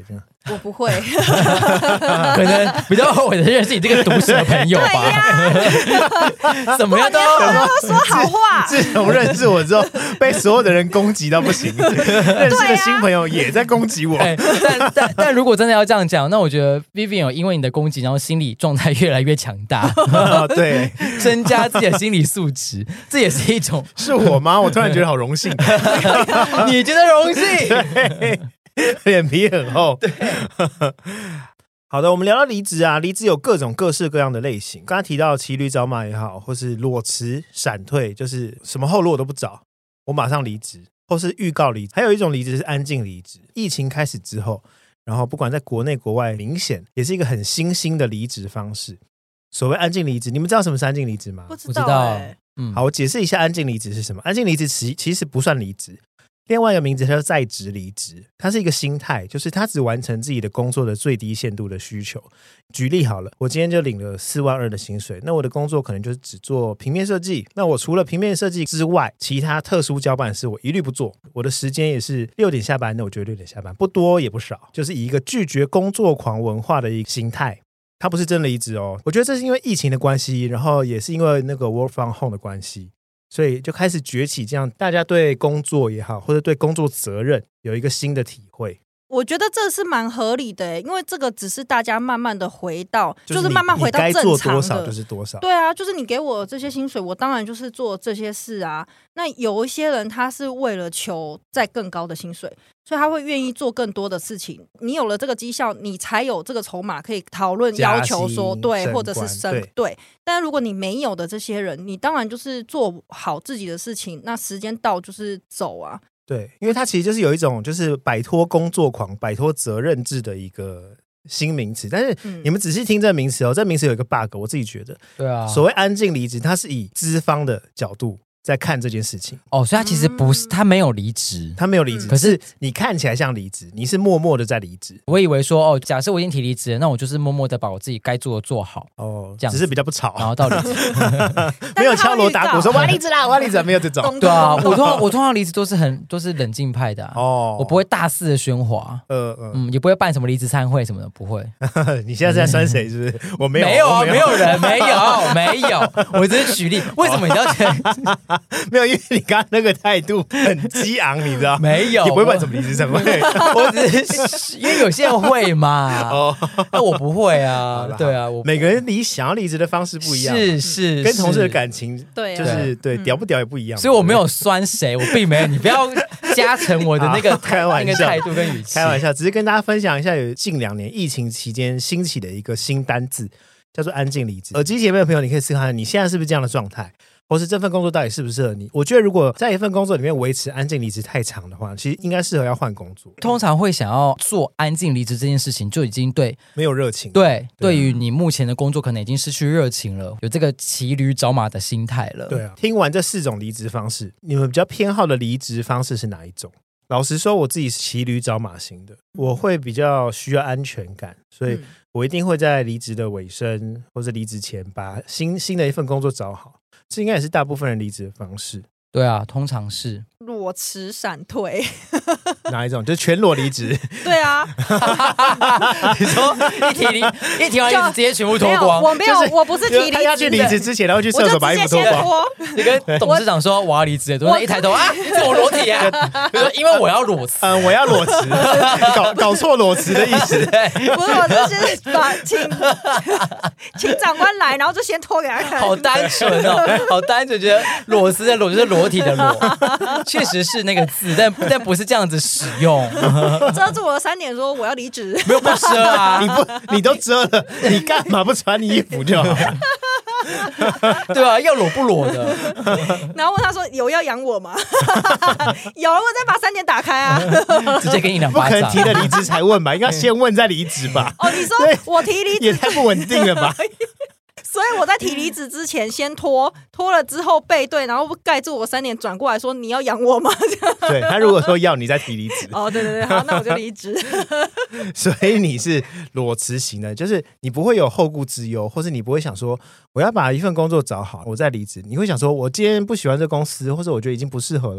S2: 我不会，
S3: 可能比较后悔的认识你这个毒舌朋友吧。怎么样都
S2: 都说好话。
S1: 自从认识我之后，被所有的人攻击到不行。认识的新朋友也在攻击我。
S3: 但如果真的要这样讲，那我觉得 Vivian 有因为你的攻击，然后心理状态越来越强大，
S1: 对，
S3: 增加自己的心理素质，这也是一种。
S1: 是我吗？我突然觉得好荣幸。
S3: 你觉得荣幸？
S1: 脸皮很厚。对，好的，我们聊到离职啊，离职有各种各式各样的类型。刚刚提到骑驴找马也好，或是裸辞、闪退，就是什么后路我都不找，我马上离职，或是预告离职。还有一种离职是安静离职，疫情开始之后，然后不管在国内国外，明显也是一个很新兴的离职方式。所谓安静离职，你们知道什么是安静离职吗？
S2: 不知道欸。
S1: 好，我解释一下安静离职是什么。安静离职其实不算离职，另外一个名字它叫在职离职，它是一个心态，就是他只完成自己的工作的最低限度的需求。举例好了，我今天就领了42000的薪水，那我的工作可能就是只做平面设计，那我除了平面设计之外，其他特殊交办事我一律不做，我的时间也是6点下班，那我就6点下班，不多也不少，就是以一个拒绝工作狂文化的一个心态。它不是真离职哦，我觉得这是因为疫情的关系，然后也是因为那个 work from home 的关系，所以就开始崛起，这样大家对工作也好，或者对工作责任有一个新的体会。
S2: 我觉得这是蛮合理的，因为这个只是大家慢慢的回到，就是慢慢回到正常的。
S1: 该做多少就是多少。
S2: 对啊，就是你给我这些薪水，我当然就是做这些事啊。那有一些人他是为了求再更高的薪水，所以他会愿意做更多的事情。你有了这个绩效，你才有这个筹码可以讨论要求说对，或者是对。但如果你没有的这些人，你当然就是做好自己的事情，那时间到就是走啊。
S1: 对，因为它其实就是有一种就是摆脱工作狂、摆脱责任制的一个新名词。但是你们仔细听这个名词哦，这个名词有一个 bug， 我自己觉得，
S3: 对啊，
S1: 所谓安静离职，它是以资方的角度在看这件事情。
S3: 哦，所以他其实不是，他没有离职，
S1: 他没有离职，可是你看起来像离职，你是默默的在离职。
S3: 我以为说，哦，假设我已经提离职了，那我就是默默的把我自己该做的做好，
S1: 哦，
S3: 这样
S1: 只是比较不吵，
S3: 然后到离职，
S1: 没有敲锣打鼓说我要离职啦，我要离职，没有这种。
S3: 对啊，我通常离职都是冷静派的哦，我不会大肆的喧哗，也不会办什么离职餐会什么的，不会。
S1: 你现在是在酸谁？是不是？我没有，
S3: 没有啊，没有人，没有，我只是举例。为什么你要
S1: 没有？因为你刚刚那个态度很激昂，你知道？
S3: 没有，
S1: 你不会办什么离职餐会？
S3: 我只是因为有些人会嘛，那我不会啊。对啊，
S1: 每个人想要离职的方式不一样，
S3: 是
S1: 跟同事的感情，
S2: 对，
S1: 就是对屌不屌也不一样。
S3: 所以我没有酸谁，我并没有，你不要加成我的那个
S1: 开玩笑
S3: 态度跟语气。
S1: 开玩笑，只是跟大家分享一下，有近2年疫情期间兴起的一个新单字，叫做安静离职。耳机前面的朋友，你可以思考看，你现在是不是这样的状态？或是这份工作到底适不适合你？我觉得如果在一份工作里面维持安静离职太长的话，其实应该适合要换工作。
S3: 通常会想要做安静离职这件事情，就已经
S1: 没有热情。
S3: 对于你目前的工作可能已经失去热情了，有这个骑驴找马的心态了。
S1: 对啊，听完这4种离职方式，你们比较偏好的离职方式是哪一种？老实说，我自己是骑驴找马型的，我会比较需要安全感，所以我一定会在离职的尾声或者离职前把新的一份工作找好。这应该也是大部分人离职的方式。
S3: 对啊，通常是
S2: 裸辞闪退。
S1: 哪一种？就是全裸离职。
S2: 对啊，
S3: 你说一提完离职直接全部脱光？
S2: 我没有，我不是提离职。
S1: 他要去离职之前，然后去厕所把衣服脱光。
S3: 你跟董事长说我要离职，一抬头啊，是我裸体啊。就说因为我要裸辞，
S1: 我要裸辞，搞错裸辞的意思。
S2: 不是，我就是把请长官来，然后就先脱给他看。
S3: 好单纯哦，好单纯，觉得裸辞的裸就是裸体的裸，确实是那个字，但不是这样子使用。
S2: 遮住我的3点说我要离职，
S3: 没有不遮啊，
S1: 你都遮了，你干嘛不穿衣服就好？
S3: 对啊，要裸不裸的。
S2: 然后问他说有要养我吗？有，我再把3点打开啊，
S3: 直接给你2巴掌。
S1: 不可能提了离职才问吧？应该先问再离职吧？
S2: 哦，你说我提离职
S1: 也太不稳定了吧？
S2: 所以我在提离职之前先脱了之后背对，然后盖住我3点转过来说你要养我吗？
S1: 对，他如果说要你再提离职，
S2: 哦，对，好，那我就离职。
S1: 所以你是裸辞型的，就是你不会有后顾之忧，或是你不会想说我要把一份工作找好我再离职，你会想说我今天不喜欢这公司，或者我觉得已经不适合了，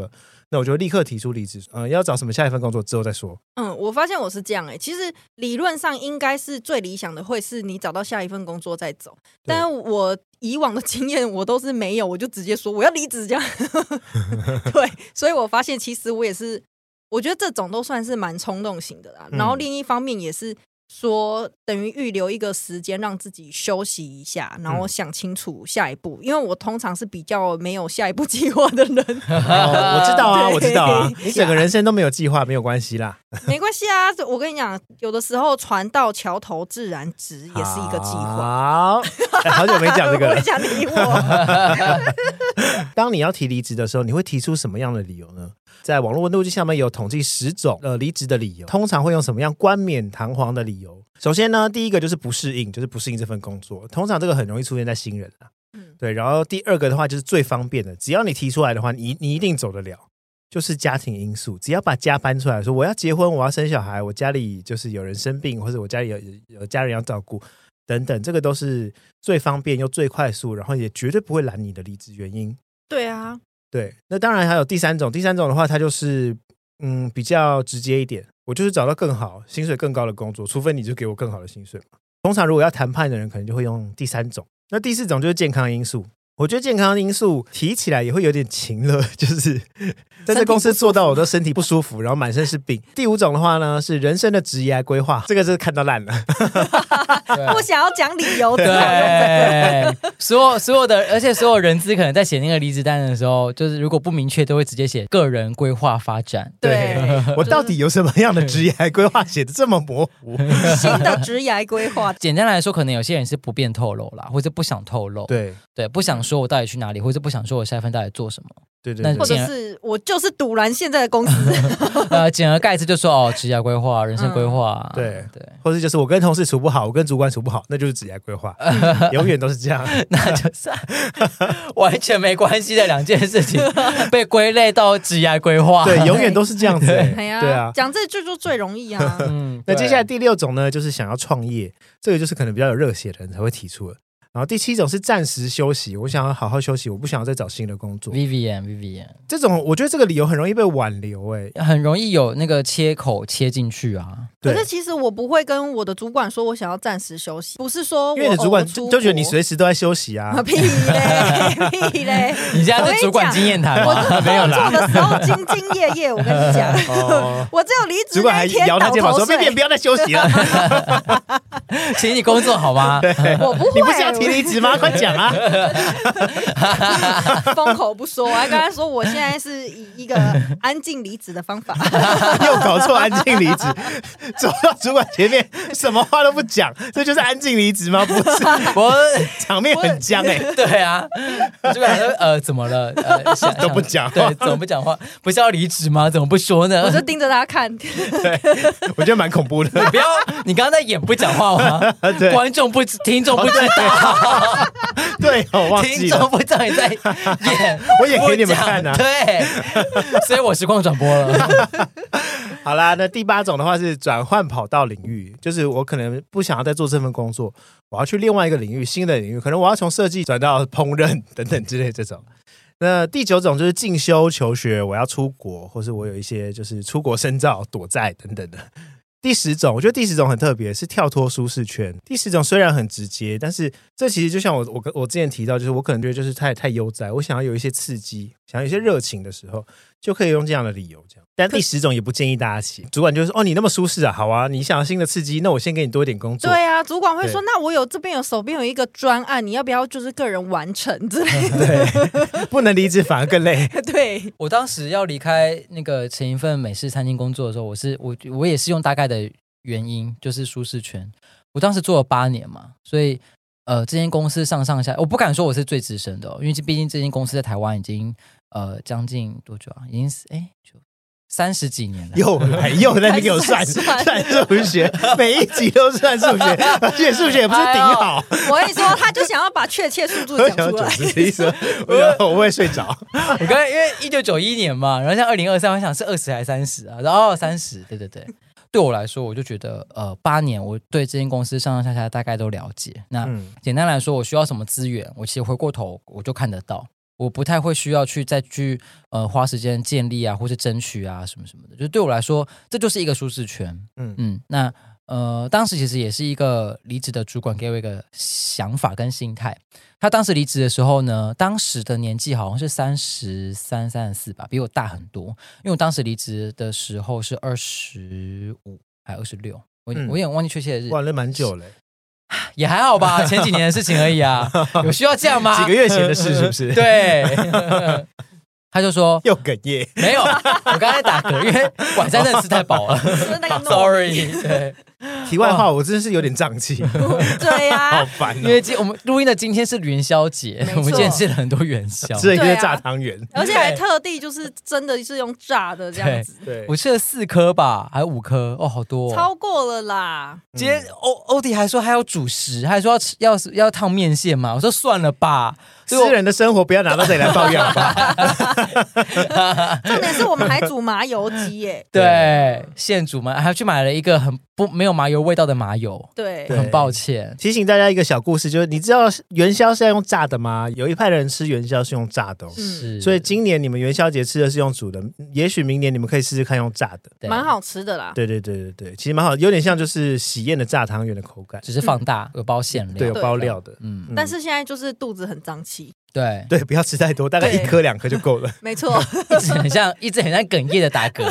S1: 那我就立刻提出离职，要找什么下一份工作之后再说。
S2: 我发现我是这样其实理论上应该是最理想的会是你找到下一份工作再走，但我以往的经验我都是没有，我就直接说我要离职这样。对，所以我发现其实我也是，我觉得这种都算是蛮冲动型的啦。然后另一方面也是说等于预留一个时间让自己休息一下，然后想清楚下一步，因为我通常是比较没有下一步计划的人。
S1: 我知道啊，我知道啊，你整个人生都没有计划没有关系啦。
S2: 没关系啊，我跟你讲，有的时候船到桥头自然直也是一个计划。
S1: 好久没讲这个了。
S2: 我想理我。
S1: 当你要提离职的时候，你会提出什么样的理由呢？在网络温度计下面有统计10种离职的理由，通常会用什么样冠冕堂皇的理由？首先呢，第一个就是不适应，就是不适应这份工作，通常这个很容易出现在新人啦。对，然后第二个的话就是最方便的，只要你提出来的话，你一定走得了。就是家庭因素，只要把家搬出来说我要结婚，我要生小孩，我家里就是有人生病，或者我家里有家人要照顾等等，这个都是最方便又最快速，然后也绝对不会拦你的离职原因。
S2: 对啊，
S1: 对，那当然还有第三种的话，它就是比较直接一点，我就是找到更好薪水更高的工作，除非你就给我更好的薪水嘛。通常如果要谈判的人可能就会用第三种。那第四种就是健康因素，我觉得健康因素提起来也会有点情了，就是在这公司做到我都身体不舒服，然后满身是病。第五种的话呢是人生的职业规划，这个是看到烂了。
S2: 不想要讲理由，
S3: 对，所有的，而且所有人资可能在写那个离职单的时候，就是如果不明确，都会直接写个人规划发展。
S2: 对，
S1: 我到底有什么样的职业规划写的这么模糊？
S2: 新的职业规划，
S3: 简单来说，可能有些人是不便透露啦，或者不想透露。
S1: 对，
S3: 不想说我到底去哪里，或者不想说我下一份到底做什么。
S1: 对，
S2: 或者是我就是堵拦现在的公司。
S3: 简而概之就说职业规划、人生规划，
S1: 对，或者就是我跟同事处不好，我跟主管处不好，那就是职业规划，永远都是这样。
S3: 那就是完全没关系的两件事情，被归类到职业规划，
S1: 对，永远都是这样子。对啊，
S2: 讲这句就最容易啊。
S1: 那接下来第6种呢，就是想要创业，这个就是可能比较有热血的人才会提出的。然后第7种是暂时休息，我想要好好休息，我不想要再找新的工作。
S3: Vivian
S1: 这种我觉得这个理由很容易被挽留，
S3: 很容易有那个切口切进去啊。
S2: 可是其实我不会跟我的主管说我想要暂时休息，不是说
S1: 因为你的主管就觉得你随时都在休息啊。
S2: 屁嘞！
S3: 你现在是主管经验谈吗？
S2: 我没有啦，做的时候兢兢业业，我跟你讲，我只有离职
S1: 主管还摇他肩膀说：“便不要再休息了，
S3: 请你工作好吗？”
S2: 我不会，
S1: 你不是要提离职吗？快讲啊！
S2: 封口不说，我还跟他说我现在是以一个安静离职的方法。
S1: 又搞错安静离职，走到主管前面什么话都不讲，这就是安静离职吗？不是，场面很僵
S3: 对啊，主管说怎么了？
S1: 都不讲话，
S3: 对，怎么不讲话？不是要离职吗？怎么不说呢？
S2: 我就盯着他看。
S1: 对，我觉得蛮恐怖的。
S3: 你不要，你刚刚在演不讲话吗？观众不，听众不知道。
S1: 对，我忘记了，
S3: 听众不知道你在演，
S1: 我演给你们看啊。
S3: 对，所以我实况转播了。
S1: 好啦，那第8种的话是转换跑道领域，就是我可能不想要再做这份工作，我要去另外一个领域，新的领域，可能我要从设计转到烹饪等等之类这种。那第9种就是进修求学，我要出国，或是我有一些就是出国深造、躲债等等的。第10种，我觉得第10种很特别，是跳脱舒适圈。第10种虽然很直接，但是这其实就像我之前提到，就是我可能觉得就是太悠哉，我想要有一些刺激，想要有一些热情的时候，就可以用这样的理由这样。但第10种也不建议大家写，主管就说：“哦，你那么舒适啊，好啊，你想要新的刺激，那我先给你多一点工作。”
S2: 对啊，主管会说：“那我这边有手边有一个专案，你要不要就是个人完成之类的？”
S1: 对，不能离职反而更累。
S2: 对，
S3: 我当时要离开那个前一份美式餐厅工作的时候，我也是用大概的原因，就是舒适圈。我当时做了8年嘛，所以这间公司上下，我不敢说我是最资深的因为毕竟这间公司在台湾已经将近多久啊？已经就30几年了。
S1: 又在那边给我算数学，每一集都算数学，而且数学也不是顶好。
S2: 我跟你说，他就想要把确切数字讲出来。
S1: 我会睡着。
S3: 我刚才因为1991年嘛，然后像2023，我想是20还30啊，然后30，对。对我来说，我就觉得8年，我对这间公司上下大概都了解。那简单来说，我需要什么资源，我其实回过头我就看得到。 我不太会需要再去花时间建立啊，或是争取啊什么什么的。就对我来说，这就是一个舒适圈。那当时其实也是一个离职的主管给我一个想法跟心态。他当时离职的时候呢，当时的年纪好像是33、34吧，比我大很多。因为我当时离职的时候是25还26，我有点忘记确切的日子。
S1: 哇，那蛮久了。
S3: 也还好吧，前几年的事情而已啊，有需要这样吗？
S1: 几个月前的事是不是？
S3: 对。他就说
S1: 又哽咽，
S3: 没有，我刚才打嗝，因为晚上真的吃太饱了。
S2: 是那个
S3: Sorry， 对。
S1: 题外话，我真的是有点胀气。
S2: 对呀，
S1: 好烦哦。
S3: 因为我们录音的今天是元宵节，我们今天吃了很多元宵，
S1: 吃了一个炸汤圆，
S2: 而且还特地就是真的是用炸的这样子。
S1: 对，
S3: 我吃了4颗吧，还有5颗哦，好多，
S2: 超过了啦。
S3: 今天欧迪还说还有主食，还说要烫面线嘛，我说算了吧。
S1: 私人的生活不要拿到这里来抱怨好不好？
S2: 重点是我们还煮麻油鸡耶，
S3: 对，现煮嘛，还去买了一个没有麻油味道的麻油，
S2: 对，
S3: 很抱歉。
S1: 提醒大家一个小故事，就是你知道元宵是要用炸的吗？有一派的人吃元宵是用炸的，
S3: 是，
S1: 所以今年你们元宵节吃的是用煮的，也许明年你们可以试试看用炸的，
S2: 蛮好吃的啦。
S1: 对，其实蛮好，有点像就是喜宴的炸汤圆的口感，
S3: 只是放大有包馅料，
S1: 对，有包料的，
S2: 但是现在就是肚子很胀气。
S3: 对，
S1: 不要吃太多，大概1颗2颗就够了。
S2: 没错，
S3: 一直很像哽咽的打嗝。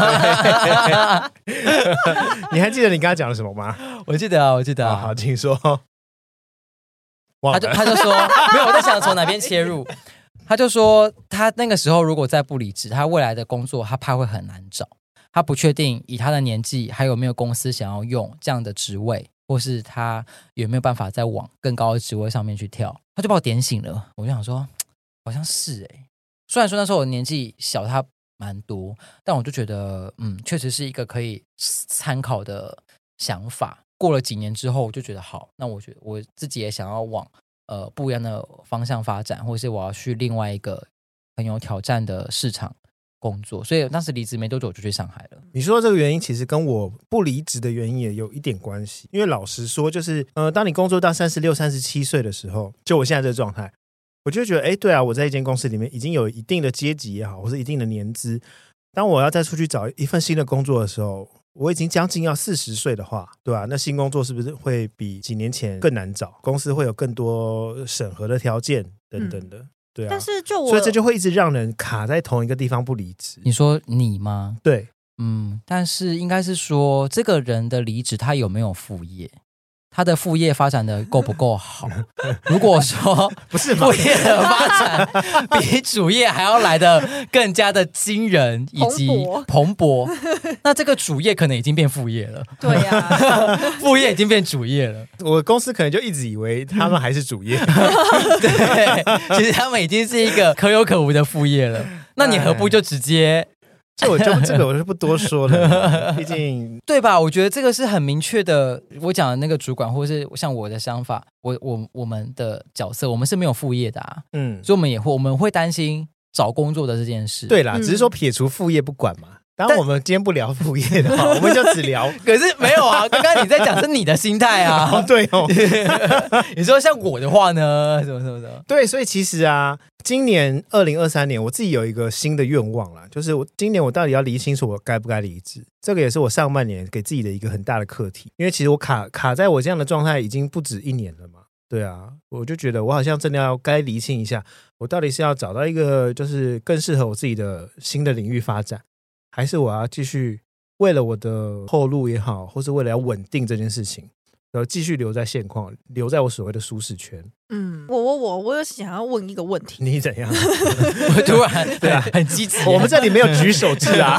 S1: 你还记得你刚才讲了什么吗？
S3: 我记得啊。
S1: 好，请说。
S3: 他就说没有，我在想从哪边切入。他就说他那个时候如果再不离职，他未来的工作他怕会很难找，他不确定以他的年纪还有没有公司想要用这样的职位，或是他有没有办法再往更高的职位上面去跳。他就把我点醒了，我就想说好像是虽然说那时候我年纪小他蛮多，但我就觉得确实是一个可以参考的想法。过了几年之后我就觉得好，那我觉得我自己也想要往不一样的方向发展，或是我要去另外一个很有挑战的市场工作，所以当时离职没多久我就去上海了。
S1: 你说这个原因其实跟我不离职的原因也有一点关系，因为老实说就是当你工作到36、37岁的时候，就我现在这个状态，我就觉得对啊，我在一间公司里面已经有一定的阶级也好，或是一定的年资，当我要再出去找一份新的工作的时候，我已经将近要40岁的话，对吧？那新工作是不是会比几年前更难找？公司会有更多审核的条件等等的。对啊，
S2: 但是
S1: 所以这就会一直让人卡在同一个地方不离职。
S3: 你说你吗？
S1: 对，
S3: 但是应该是说这个人的离职他有没有副业，他的副业发展的够不够好？如果说
S1: 不是
S3: 副业的发展比主业还要来的更加的惊人以及蓬勃，那这个主业可能已经变副业了。
S2: 对呀，
S3: 副业已经变主业了。
S1: 我公司可能就一直以为他们还是主业，
S3: 对，其实他们已经是一个可有可无的副业了。那你何不就直接？
S1: 这个我就不多说了，毕竟
S3: 对吧？我觉得这个是很明确的。我讲的那个主管，或是像我的想法，我们的角色，我们是没有副业的啊。所以我们会担心找工作的这件事。
S1: 对啦，只是说撇除副业不管嘛。当然我们今天不聊副业的话，我们就只聊。
S3: 可是没有啊，刚刚你在讲是你的心态啊。
S1: 对哦，
S3: 你说像我的话呢，什么？
S1: 对，所以其实啊，今年2023年，我自己有一个新的愿望啦，就是今年我到底要理清楚我该不该离职。这个也是我上半年给自己的一个很大的课题，因为其实我卡在我这样的状态已经不止1年了嘛。对啊，我就觉得我好像真的要该厘清一下，我到底是要找到一个就是更适合我自己的新的领域发展，还是我要继续为了我的后路也好，或是为了要稳定这件事情，然后继续留在现况，留在我所谓的舒适圈。
S2: 我有想要问一个问题。
S1: 你怎样？
S3: 我突然对啊，很积极。
S1: 我们这里没有举手制啊。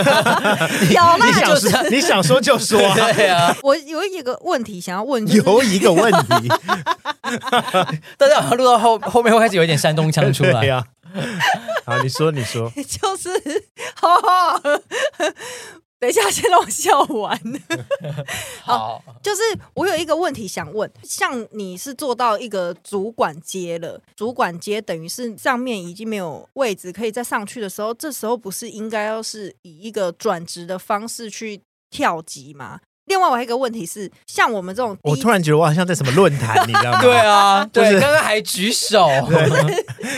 S1: 你想说就说啊。
S3: 对啊。
S2: 我有一个问题想要问，
S1: 有一个问题，
S3: 大家好像录到后面会开始有一点山东腔出来。
S1: 对啊。好，你说，
S2: 就是等一下，先让我笑完。好，就是我有一个问题想问，像你是做到一个主管阶了，主管阶等于是上面已经没有位置可以再上去的时候，这时候不是应该要是以一个转职的方式去跳级吗？另外我还有一个问题是，像我们这种，
S1: 我突然觉得我好像在什么论坛，你知道吗？
S3: 对啊，对，刚刚还举手，
S2: 而且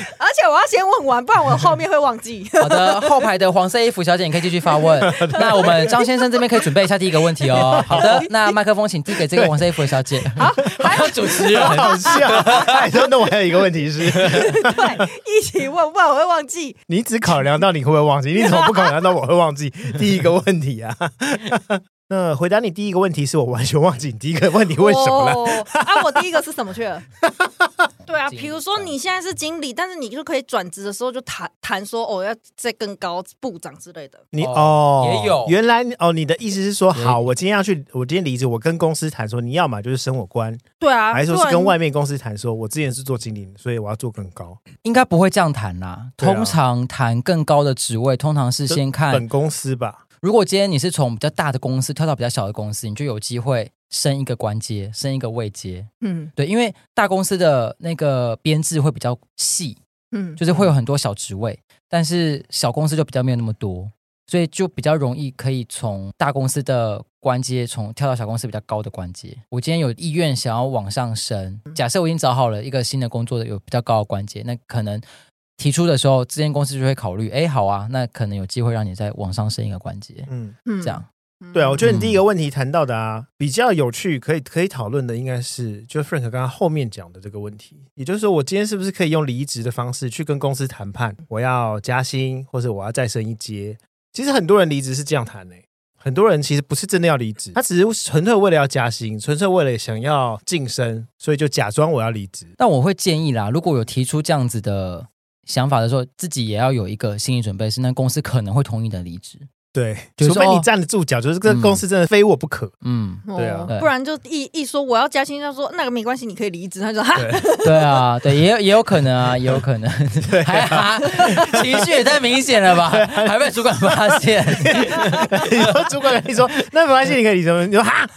S2: 我要先问完，不然我后面会忘记。
S3: 好的，后排的黄色衣服小姐，你可以继续发问。那我们张先生这边可以准备一下第一个问题哦。好的，那麦克风请递给这个黄色衣服的小姐。
S2: 好，
S3: 还有主持人，
S1: 好笑。哎，那我还有一个问题是，
S2: 对，一起问，不然我会忘记。
S1: 你只考量到你会不会忘记，你怎么不考量到我会忘记第一个问题啊？那回答你第一个问题是我完全忘记你第一个问题问什么了。
S2: 我第一个是什么去了？对啊，比如说你现在是经理，但是你就可以转职的时候就谈说要再更高部长之类的。
S1: 你
S3: 也有
S1: 原来你的意思是说，好，我今天离职，我跟公司谈说，你要嘛就是升我官，
S2: 对啊，
S1: 还是说是跟外面公司谈说，我之前是做经理，所以我要做更高？
S3: 应该不会这样谈啦。通常谈更高的职位，通常是先看
S1: 本公司吧。
S3: 如果今天你是从比较大的公司跳到比较小的公司，你就有机会升一个官阶，升一个位阶。对，因为大公司的那个编制会比较细，就是会有很多小职位，但是小公司就比较没有那么多，所以就比较容易可以从大公司的官阶跳到小公司比较高的官阶。我今天有意愿想要往上升，假设我已经找好了一个新的工作有比较高的官阶，那可能提出的时候，这间公司就会考虑，好啊，那可能有机会让你再往上升一个关节，这样。
S1: 对啊，我觉得你第一个问题谈到的比较有趣，可以讨论的应该是，就 Frank 刚刚后面讲的这个问题，也就是说，我今天是不是可以用离职的方式去跟公司谈判，我要加薪，或者我要再升一阶？其实很多人离职是这样谈很多人其实不是真的要离职，他只是纯粹为了要加薪，纯粹为了想要晋升，所以就假装我要离职。
S3: 但我会建议啦，如果有提出这样子的想法的时候，自己也要有一个心理准备，是那公司可能会同意的离职。
S1: 对，除非你站得住脚，就是这个公司真的非我不可。对啊，
S2: 不然就一说我要加薪，他说那个没关系，你可以离职，他就哈，
S3: 对啊，对，也有可能啊，也有可能，对啊，情绪也太明显了吧，还被主管发现。
S1: 你说主管跟你说那没关系，你可以离职，你说哈，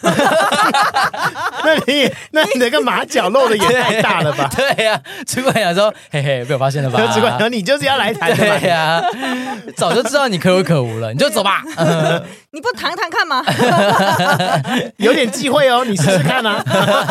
S1: 那你那个马脚露的也太大了吧？
S3: 对呀，主管想说嘿嘿，被我发现了吧？
S1: 主管说你就是要来谈的吧？
S3: 对呀，早就知道你可有可无了，你就走吧。
S2: 你不谈谈看吗？
S1: 有点机会哦，你试试看啊。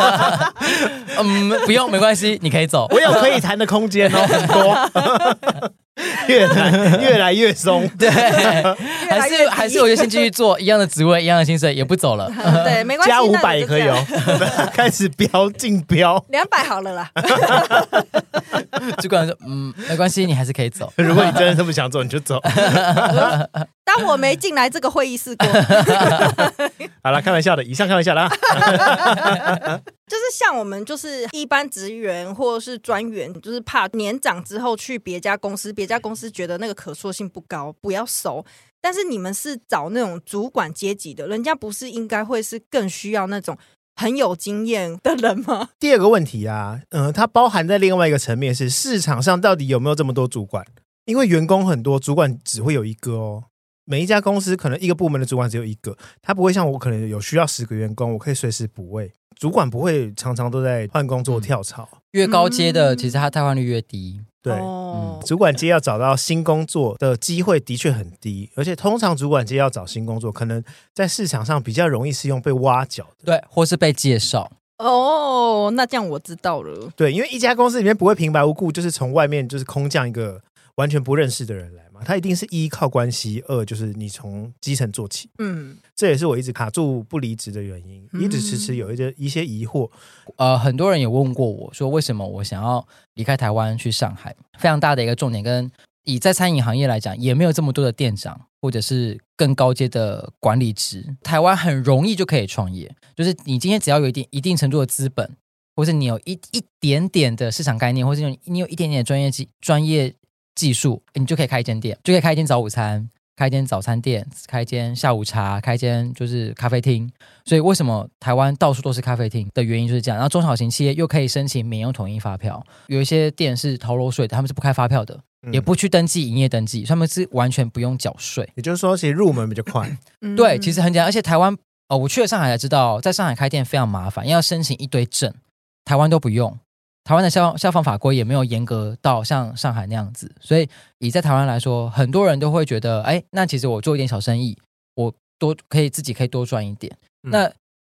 S3: 不用，没关系，你可以走。
S1: 我有可以谈的空间哦，很多。越来越松，
S3: 对，还是我就先继续做一样的职位，一样的薪水，也不走了。
S2: 对，没关系，
S1: 加500也可以哦。开始竞标
S2: 200好了啦。
S3: 主管说，没关系，你还是可以走。
S1: 如果你真的这么想走，你就走。
S2: 当我没进来这个会议室过。
S1: 好了，开玩笑的，以上开玩笑的啊。
S2: 就是像我们就是一般职员或者是专员，就是怕年长之后去别家公司，别家公司觉得那个可塑性不高，不要熟。但是你们是找那种主管阶级的，人家不是应该会是更需要那种很有经验的人吗？
S1: 第二个问题它包含在另外一个层面是市场上到底有没有这么多主管？因为员工很多，主管只会有一个哦。每一家公司可能一个部门的主管只有一个，他不会像我可能有需要10个员工，我可以随时补位。主管不会常常都在换工作跳槽，
S3: 越高阶的其实他汰换率越低。
S1: 对，主管阶要找到新工作的机会的确很低，而且通常主管阶要找新工作，可能在市场上比较容易是用被挖角的，
S3: 对，或是被介绍。
S2: 那这样我知道了。
S1: 对，因为一家公司里面不会平白无故就是从外面就是空降一个完全不认识的人来嘛，他一定是一靠关系，二就是你从基层做起。这也是我一直卡住不离职的原因，一直迟迟有一些疑惑。
S3: 很多人也问过我说，为什么我想要离开台湾去上海？非常大的一个重点，跟以在餐饮行业来讲，也没有这么多的店长或者是更高阶的管理职。台湾很容易就可以创业，就是你今天只要有一定程度的资本，或是你有一点点的市场概念，或是你有一点点的专业技术，你就可以开一间店，就可以开一间早午餐，开一间早餐店，开一间下午茶，开一间就是咖啡厅。所以为什么台湾到处都是咖啡厅的原因就是这样。然后中小型企业又可以申请免用统一发票，有一些店是逃漏税的，他们是不开发票的，也不去登记营业登记，他们是完全不用缴税。
S1: 也就是说其实入门比较快。
S3: 对，其实很简单。而且台湾我去了上海才知道，在上海开店非常麻烦，要申请一堆证，台湾都不用。台湾的消防法规也没有严格到像上海那样子，所以以在台湾来说，很多人都会觉得，那其实我做一点小生意，我自己可以多赚一点。那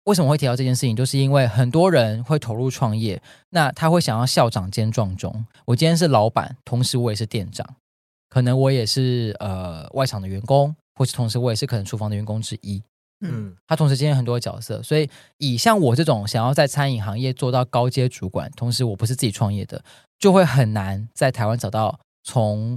S3: 为什么会提到这件事情，就是因为很多人会投入创业，那他会想要校长兼撞钟。我今天是老板，同时我也是店长，可能我也是外场的员工，或是同时我也是可能厨房的员工之一。他同时兼任很多角色，所以以像我这种想要在餐饮行业做到高阶主管，同时我不是自己创业的，就会很难在台湾找到从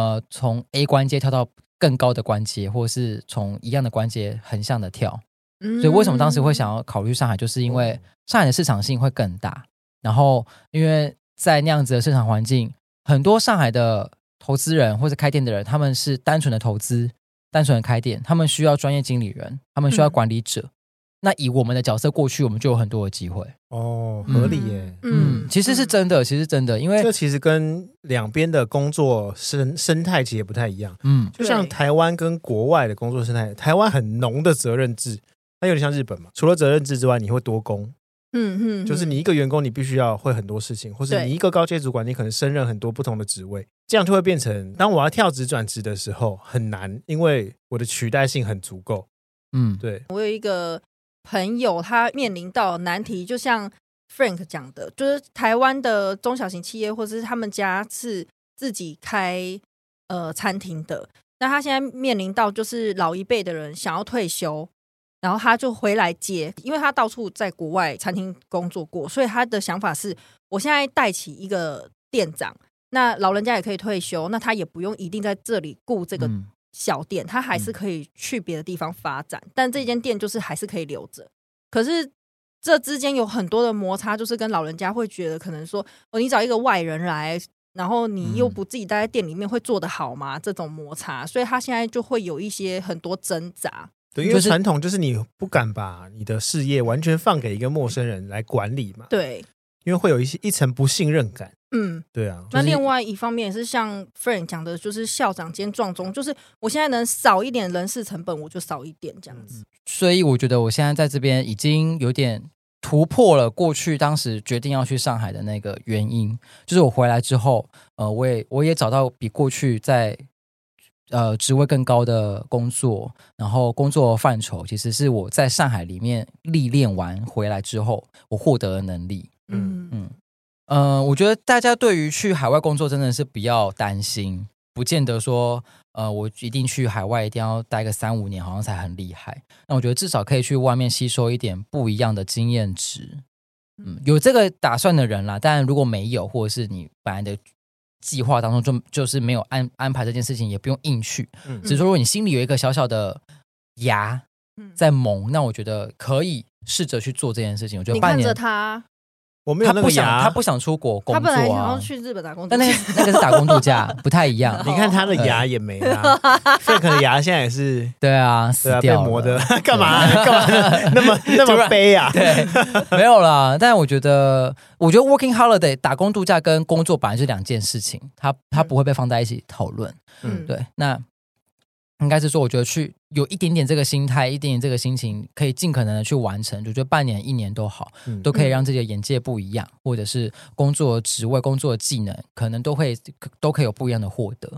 S3: A 关阶跳到更高的关阶，或是从一样的关阶横向的跳。所以为什么当时会想要考虑上海，就是因为上海的市场性会更大，然后因为在那样子的市场环境，很多上海的投资人或者开店的人，他们是单纯的投资，单纯的开店，他们需要专业经理人，他们需要管理者。那以我们的角色过去，我们就有很多的机会。
S1: 合理耶。
S3: 其实是真的，因为
S1: 这其实跟两边的工作生态其实也不太一样。就像台湾跟国外的工作生态，台湾很浓的责任制，它有点像日本嘛。除了责任制之外，你会多工。就是你一个员工，你必须要会很多事情，或是你一个高阶主管，你可能升任很多不同的职位，这样就会变成，当我要跳职转职的时候很难，因为我的取代性很足够。对。
S2: 我有一个朋友，他面临到难题，就像 Frank 讲的，就是台湾的中小型企业，或者是他们家是自己开餐厅的，那他现在面临到就是老一辈的人想要退休。然后他就回来接，因为他到处在国外餐厅工作过，所以他的想法是，我现在带起一个店长，那老人家也可以退休，那他也不用一定在这里顾这个小店，他还是可以去别的地方发展，但这间店就是还是可以留着。可是这之间有很多的摩擦，就是跟老人家会觉得可能说，你找一个外人来，然后你又不自己待在店里面，会做得好吗？这种摩擦，所以他现在就会有一些很多挣扎。
S1: 对，因为传统就是你不敢把你的事业完全放给一个陌生人来管理嘛。
S2: 对，
S1: 因为会有一层不信任感。对啊。
S2: 那另外一方面也是像 Frank 讲的，就是校长兼撞钟，就是我现在能少一点人事成本，我就少一点这样子。
S3: 所以我觉得我现在在这边已经有点突破了过去当时决定要去上海的那个原因，就是我回来之后，我也找到比过去在职位更高的工作，然后工作范畴其实是我在上海里面历练完回来之后我获得的能力。我觉得大家对于去海外工作真的是不要担心，不见得说我一定去海外一定要待个3-5年好像才很厉害。那我觉得至少可以去外面吸收一点不一样的经验值。有这个打算的人啦，但如果没有，或者是你本来的计划当中就是没有安排这件事情，也不用硬去。只是说如果你心里有一个小小的芽在萌，那我觉得可以试着去做这件事情。我觉得半年，
S2: 你看着他，
S1: 我没有那个芽，
S3: 他不想出国工作
S2: 他本来想要去日本打工度假，
S3: 但那个是打工度假，不太一样。
S1: 你看他的牙也没啦，Frank 的牙现在也是
S3: 对啊，死掉了，
S1: 被磨的，干嘛那么悲啊？
S3: 对，没有啦。但我觉得 working holiday 打工度假跟工作本来是两件事情，它不会被放在一起讨论。对，那应该是说，我觉得去有一点点这个心态，一点点这个心情，可以尽可能的去完成。我觉得半年、1年都好，都可以让自己的眼界不一样，或者是工作职位、工作的技能，可能都可以有不一样的获得。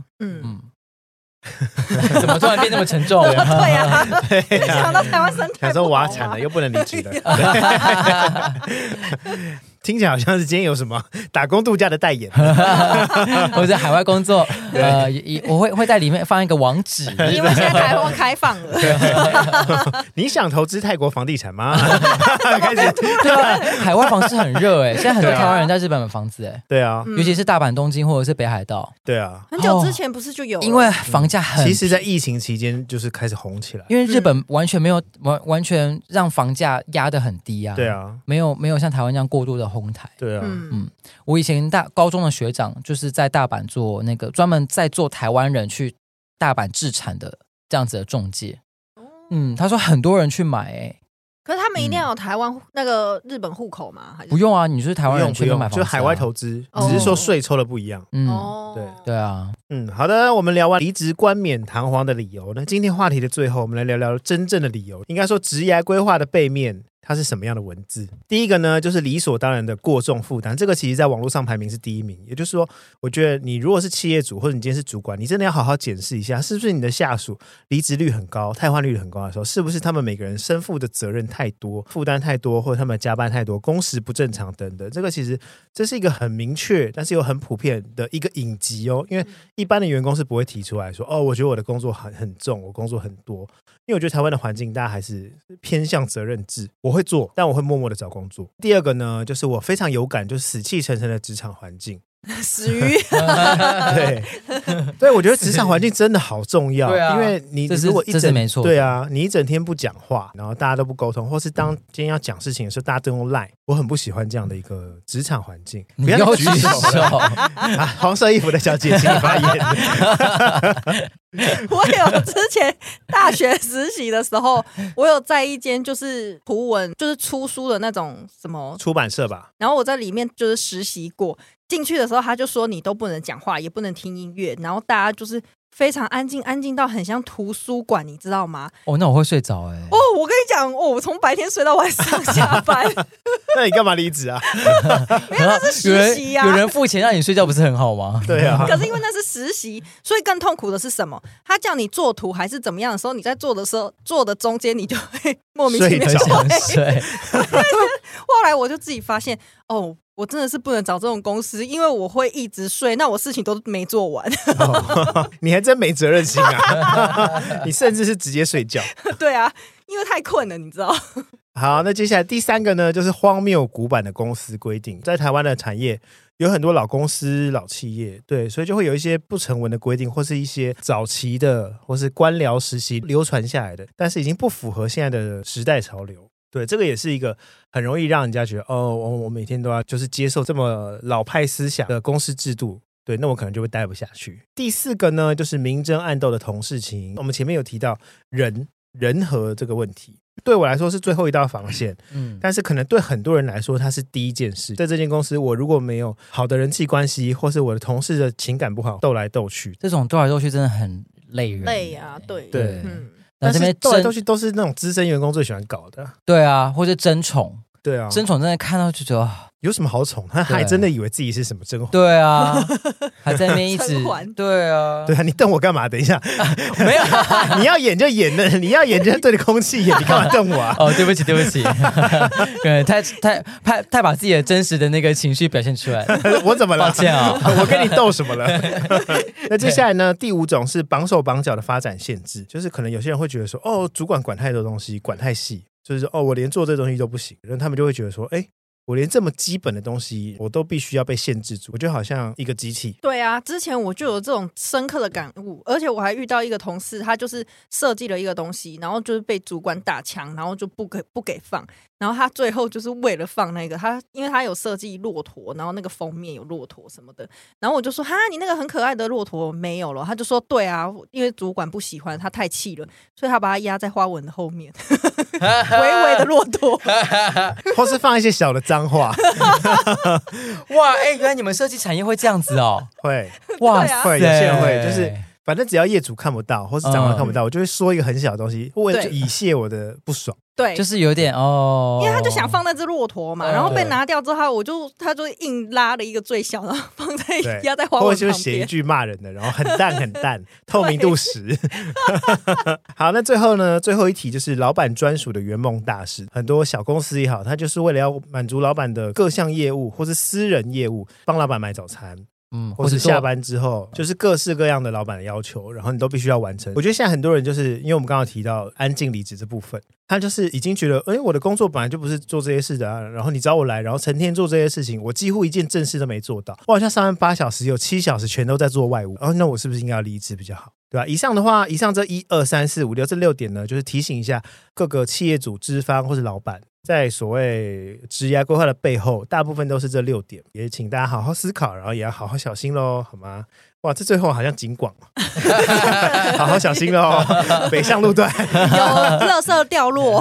S3: 怎么突然变那么沉重？
S2: 对啊，想到台湾生态，
S1: 想说我要惨了，又不能离职了。听起来好像是今天有什么打工度假的代言，
S3: 或者海外工作，我会在里面放一个网址，
S2: 因为现在台湾开放了。
S1: 你想投资泰国房地产吗？开始
S3: 对啊，海外房市很热现在很多台湾人在日本买房子
S1: 对啊，
S3: 尤其是大阪、东京或者是北海道。
S1: 对啊，
S2: 很久之前不是就有了？
S3: 因为房价很，
S1: 其实在疫情期间就是开始红起来，
S3: 因为日本完全没有完全让房价压得很低啊。
S1: 对啊，
S3: 没有像台湾这样过度的哄抬。
S1: 对啊，
S3: 我以前高中的学长就是在大阪做那个专门在做台湾人去大阪置产的这样子的中介。他说很多人去买
S2: 可是他们一定要有台湾那个日本户口吗？还是
S3: 不用啊？你是台湾人去买房子，
S1: 就海外投资，只是说税抽的不一样。
S3: 对啊。
S1: 好的，我们聊完离职冠冕堂皇的理由，那今天话题的最后，我们来聊聊真正的理由。应该说职涯规划的背面， 它是什么样的文字。第一个呢，就是理所当然的过重负担，这个其实在网络上排名是第1名。也就是说，我觉得你如果是企业主或者你今天是主管，你真的要好好检视一下，是不是你的下属离职率很高、汰换率很高的时候，是不是他们每个人身负的责任太多、负担太多，或者他们加班太多、工时不正常等等。这个其实这是一个很明确，但是又很普遍的一个隐疾哦。因为一般的员工是不会提出来说，哦，我觉得我的工作很重，我工作很多。因为我觉得台湾的环境大家还是偏向责任制，我会做，但我会默默的找工作。第二个呢，就是我非常有感，就是死气沉沉的职场环境。
S2: 死鱼
S1: 对，我觉得职场环境真的好重要。
S3: 对啊，
S1: 因为你如果
S3: 这是没错，
S1: 对啊，你一整天不讲话，然后大家都不沟通，或是当今天要讲事情的时候，大家都用 LINE， 我很不喜欢这样的一个职场环境。不要举手啊！黄色衣服的小姐，请你发言。
S2: 我有之前大学实习的时候，我有在一间就是图文就是出书的那种什么
S1: 出版社吧，
S2: 然后我在里面就是实习过。进去的时候他就说你都不能讲话，也不能听音乐，然后大家就是非常安静，安静到很像图书馆，你知道吗？
S3: 哦，那我会睡着哎。
S2: 哦，我跟你讲，我从白天睡到晚上下班。
S1: 那你干嘛离职啊？
S2: 没有，那是实习啊。
S3: 有人付钱让你睡觉，不是很好吗？
S1: 对啊。
S2: 可是因为那是实习，所以更痛苦的是什么？他叫你做图还是怎么样的时候，你在做的时候，做的中间你就会莫名其妙
S3: 睡。
S2: 后来我就自己发现，哦。我真的是不能找这种公司，因为我会一直睡，那我事情都没做完。
S1: 你还真没责任心啊！你甚至是直接睡觉。
S2: 对啊，因为太困了，你知道。
S1: 好，那接下来第3个呢，就是荒谬古板的公司规定。在台湾的产业有很多老公司、老企业，对，所以就会有一些不成文的规定，或是一些早期的，或是官僚时期流传下来的，但是已经不符合现在的时代潮流。对，这个也是一个很容易让人家觉得，哦，我每天都要就是接受这么老派思想的公司制度，对，那我可能就会待不下去。第4个呢，就是明争暗斗的同事情。我们前面有提到人和这个问题，对我来说是最后一道防线，但是可能对很多人来说，它是第一件事。在这间公司，我如果没有好的人际关系，或是我的同事的情感不好，斗来斗去，
S3: 这种斗来斗去真的很累人。
S2: 累啊，对。
S1: 但是斗来斗去都是那种资深员工最喜欢搞的。
S3: 对啊，或者争宠。
S1: 对啊，
S3: 争宠真的看到就觉得
S1: 有什么好宠？他还真的以为自己是什么甄嬛。
S3: 对啊，还在那边一直对啊，
S1: 对啊，你瞪我干嘛？等一下，
S3: 没有，
S1: 你要演就演的，你要演就对着空气演，你干嘛瞪我啊？
S3: 哦，对不起，太把自己的真实的那个情绪表现出来了。
S1: 我怎么了？
S3: 抱歉啊，
S1: 我跟你斗什么了？那接下来呢？第5种是绑手绑脚的发展限制，就是可能有些人会觉得说，哦，主管管太多东西，管太细。就是说，哦，我连做这东西都不行，然后他们就会觉得说，哎，我连这么基本的东西我都必须要被限制住，我就好像一个机器。
S2: 对啊，之前我就有这种深刻的感悟，而且我还遇到一个同事，他就是设计了一个东西，然后就是被主管打枪，然后就不给放，然后他最后就是为了放那个，因为他有设计骆驼，然后那个封面有骆驼什么的，然后我就说，哈，你那个很可爱的骆驼没有了，他就说，对啊，因为主管不喜欢，他太气了，所以他把它压在花纹的后面，微微的骆驼，
S1: 或是放一些小的脏话。
S3: 哇，哎，原来你们设计产业会这样子哦？
S1: 会，
S3: 哇，
S1: 会，有些人会，就是反正只要业主看不到，或是长官看不到，我就会说一个很小的东西，为了以泄我的不爽。
S2: 对，
S3: 就是有点哦，
S2: 因为他就想放那只骆驼嘛，然后被拿掉之后，他就硬拉了一个最小的，放在压在花纹旁边，
S1: 或者就是写一句骂人的，然后很淡，透明度10。好，那最后呢，最后一题就是老板专属的圆梦大事。很多小公司也好，他就是为了要满足老板的各项业务或是私人业务，帮老板买早餐。或是下班之后，就是各式各样的老板的要求，然后你都必须要完成。我觉得现在很多人就是因为我们刚刚提到安静离职这部分，他就是已经觉得，我的工作本来就不是做这些事的啊，然后你找我来，然后成天做这些事情，我几乎一件正事都没做到，我好像上班8小时，有7小时全都在做外务，那我是不是应该要离职比较好？对吧？以上这1、2、3、4、5、6这6点呢，就是提醒一下各个企业主、资方或是老板，在所谓职涯规划的背后，大部分都是这6点，也请大家好好思考，然后也要好好小心咯，好吗？哇，这最后好像警广，好好小心咯，北上路段有
S2: 垃圾掉落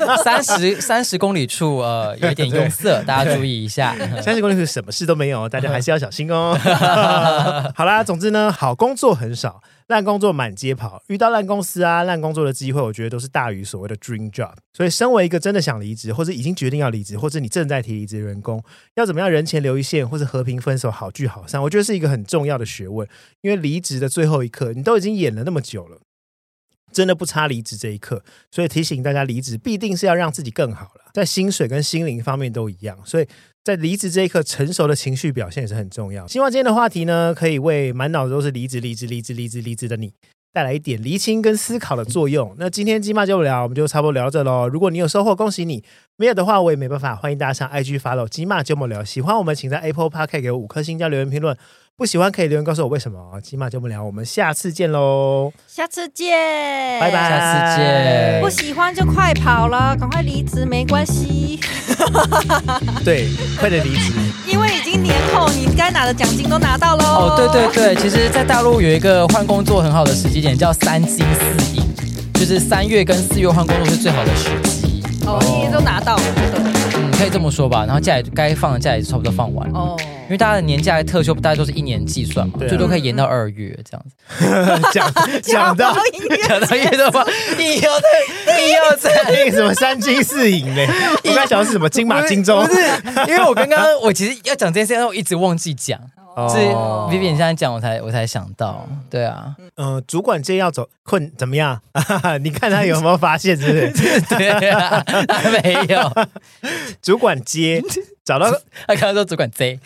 S3: ，30公里处有一点拥塞，大家注意一下。
S1: 30公里处什么事都没有，大家还是要小心哦。好啦，总之呢，好工作很少， 烂工作满街跑，遇到烂公司啊、烂工作的机会，我觉得都是大于所谓的 dream job。所以，身为一个真的想离职，或者已经决定要离职，或者你正在提离职的员工，要怎么样人前留一线，或者和平分手，好聚好散，我觉得是一个很重要的学问。因为离职的最后一刻，你都已经演了那么久了。真的不差离职这一刻，所以提醒大家，离职必定是要让自己更好了，在薪水跟心灵方面都一样，所以在离职这一刻，成熟的情绪表现也是很重要。希望今天的话题呢，可以为满脑子都是离职的你带来一点厘清跟思考的作用。那今天鸡骂就不聊，我们就差不多聊到这咯。如果你有收获，恭喜你；没有的话，我也没办法。欢迎大家上 IG follow 鸡骂就不聊。喜欢我们，请在 Apple Podcast 给我5颗星加留言评论。不喜欢可以留言告诉我为什么。鸡骂就不聊，我们下次见喽！
S2: 下次见，
S1: 拜拜，
S3: 下次见。
S2: 不喜欢就快跑了，赶快离职没关系。
S1: 对，快点离职，
S2: 因为已经年后，你该拿的奖金都拿到喽。
S3: 哦，对对对，其实，在大陆有一个换工作很好的时机点，叫3金4银，就是3月跟4月换工作是最好的时机。
S2: 哦，你都拿到了，
S3: 可以这么说吧。然后假也该放的假也差不多放完了。哦。因为大家的年假的特休大概都是1年计算嘛，最多可以延到2月这样子。
S1: 讲到
S3: 音乐的话，硬要在
S1: 那个什么3金4银嘞，我刚才想的是什么金马金钟？
S3: 不是，因为我其实要讲这件事，但我一直忘记讲。是 Vivian 现在讲我才想到，对啊，
S1: 主管今天要走困怎么样？你看他有没有发现？是不是？
S3: 对啊，他没有。
S1: 主管接找到
S3: 他刚刚说主管 Z，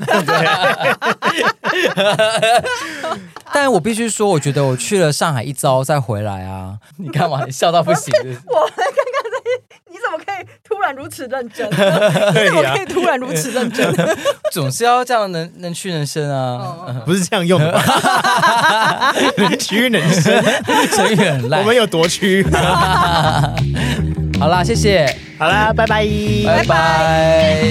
S3: 但我必须说，我觉得我去了上海一遭再回来啊，你干嘛？你笑到不行是不是？
S2: 我刚刚你怎么可以突然如此认真？你怎么可以突然如此认真？
S3: 总是要这样能屈能伸啊，
S1: 不是这样用的吧？能屈能伸，
S3: 成语很烂。
S1: 我们有多屈？
S3: 好啦，谢谢，
S1: 好啦，拜拜，
S3: 拜拜。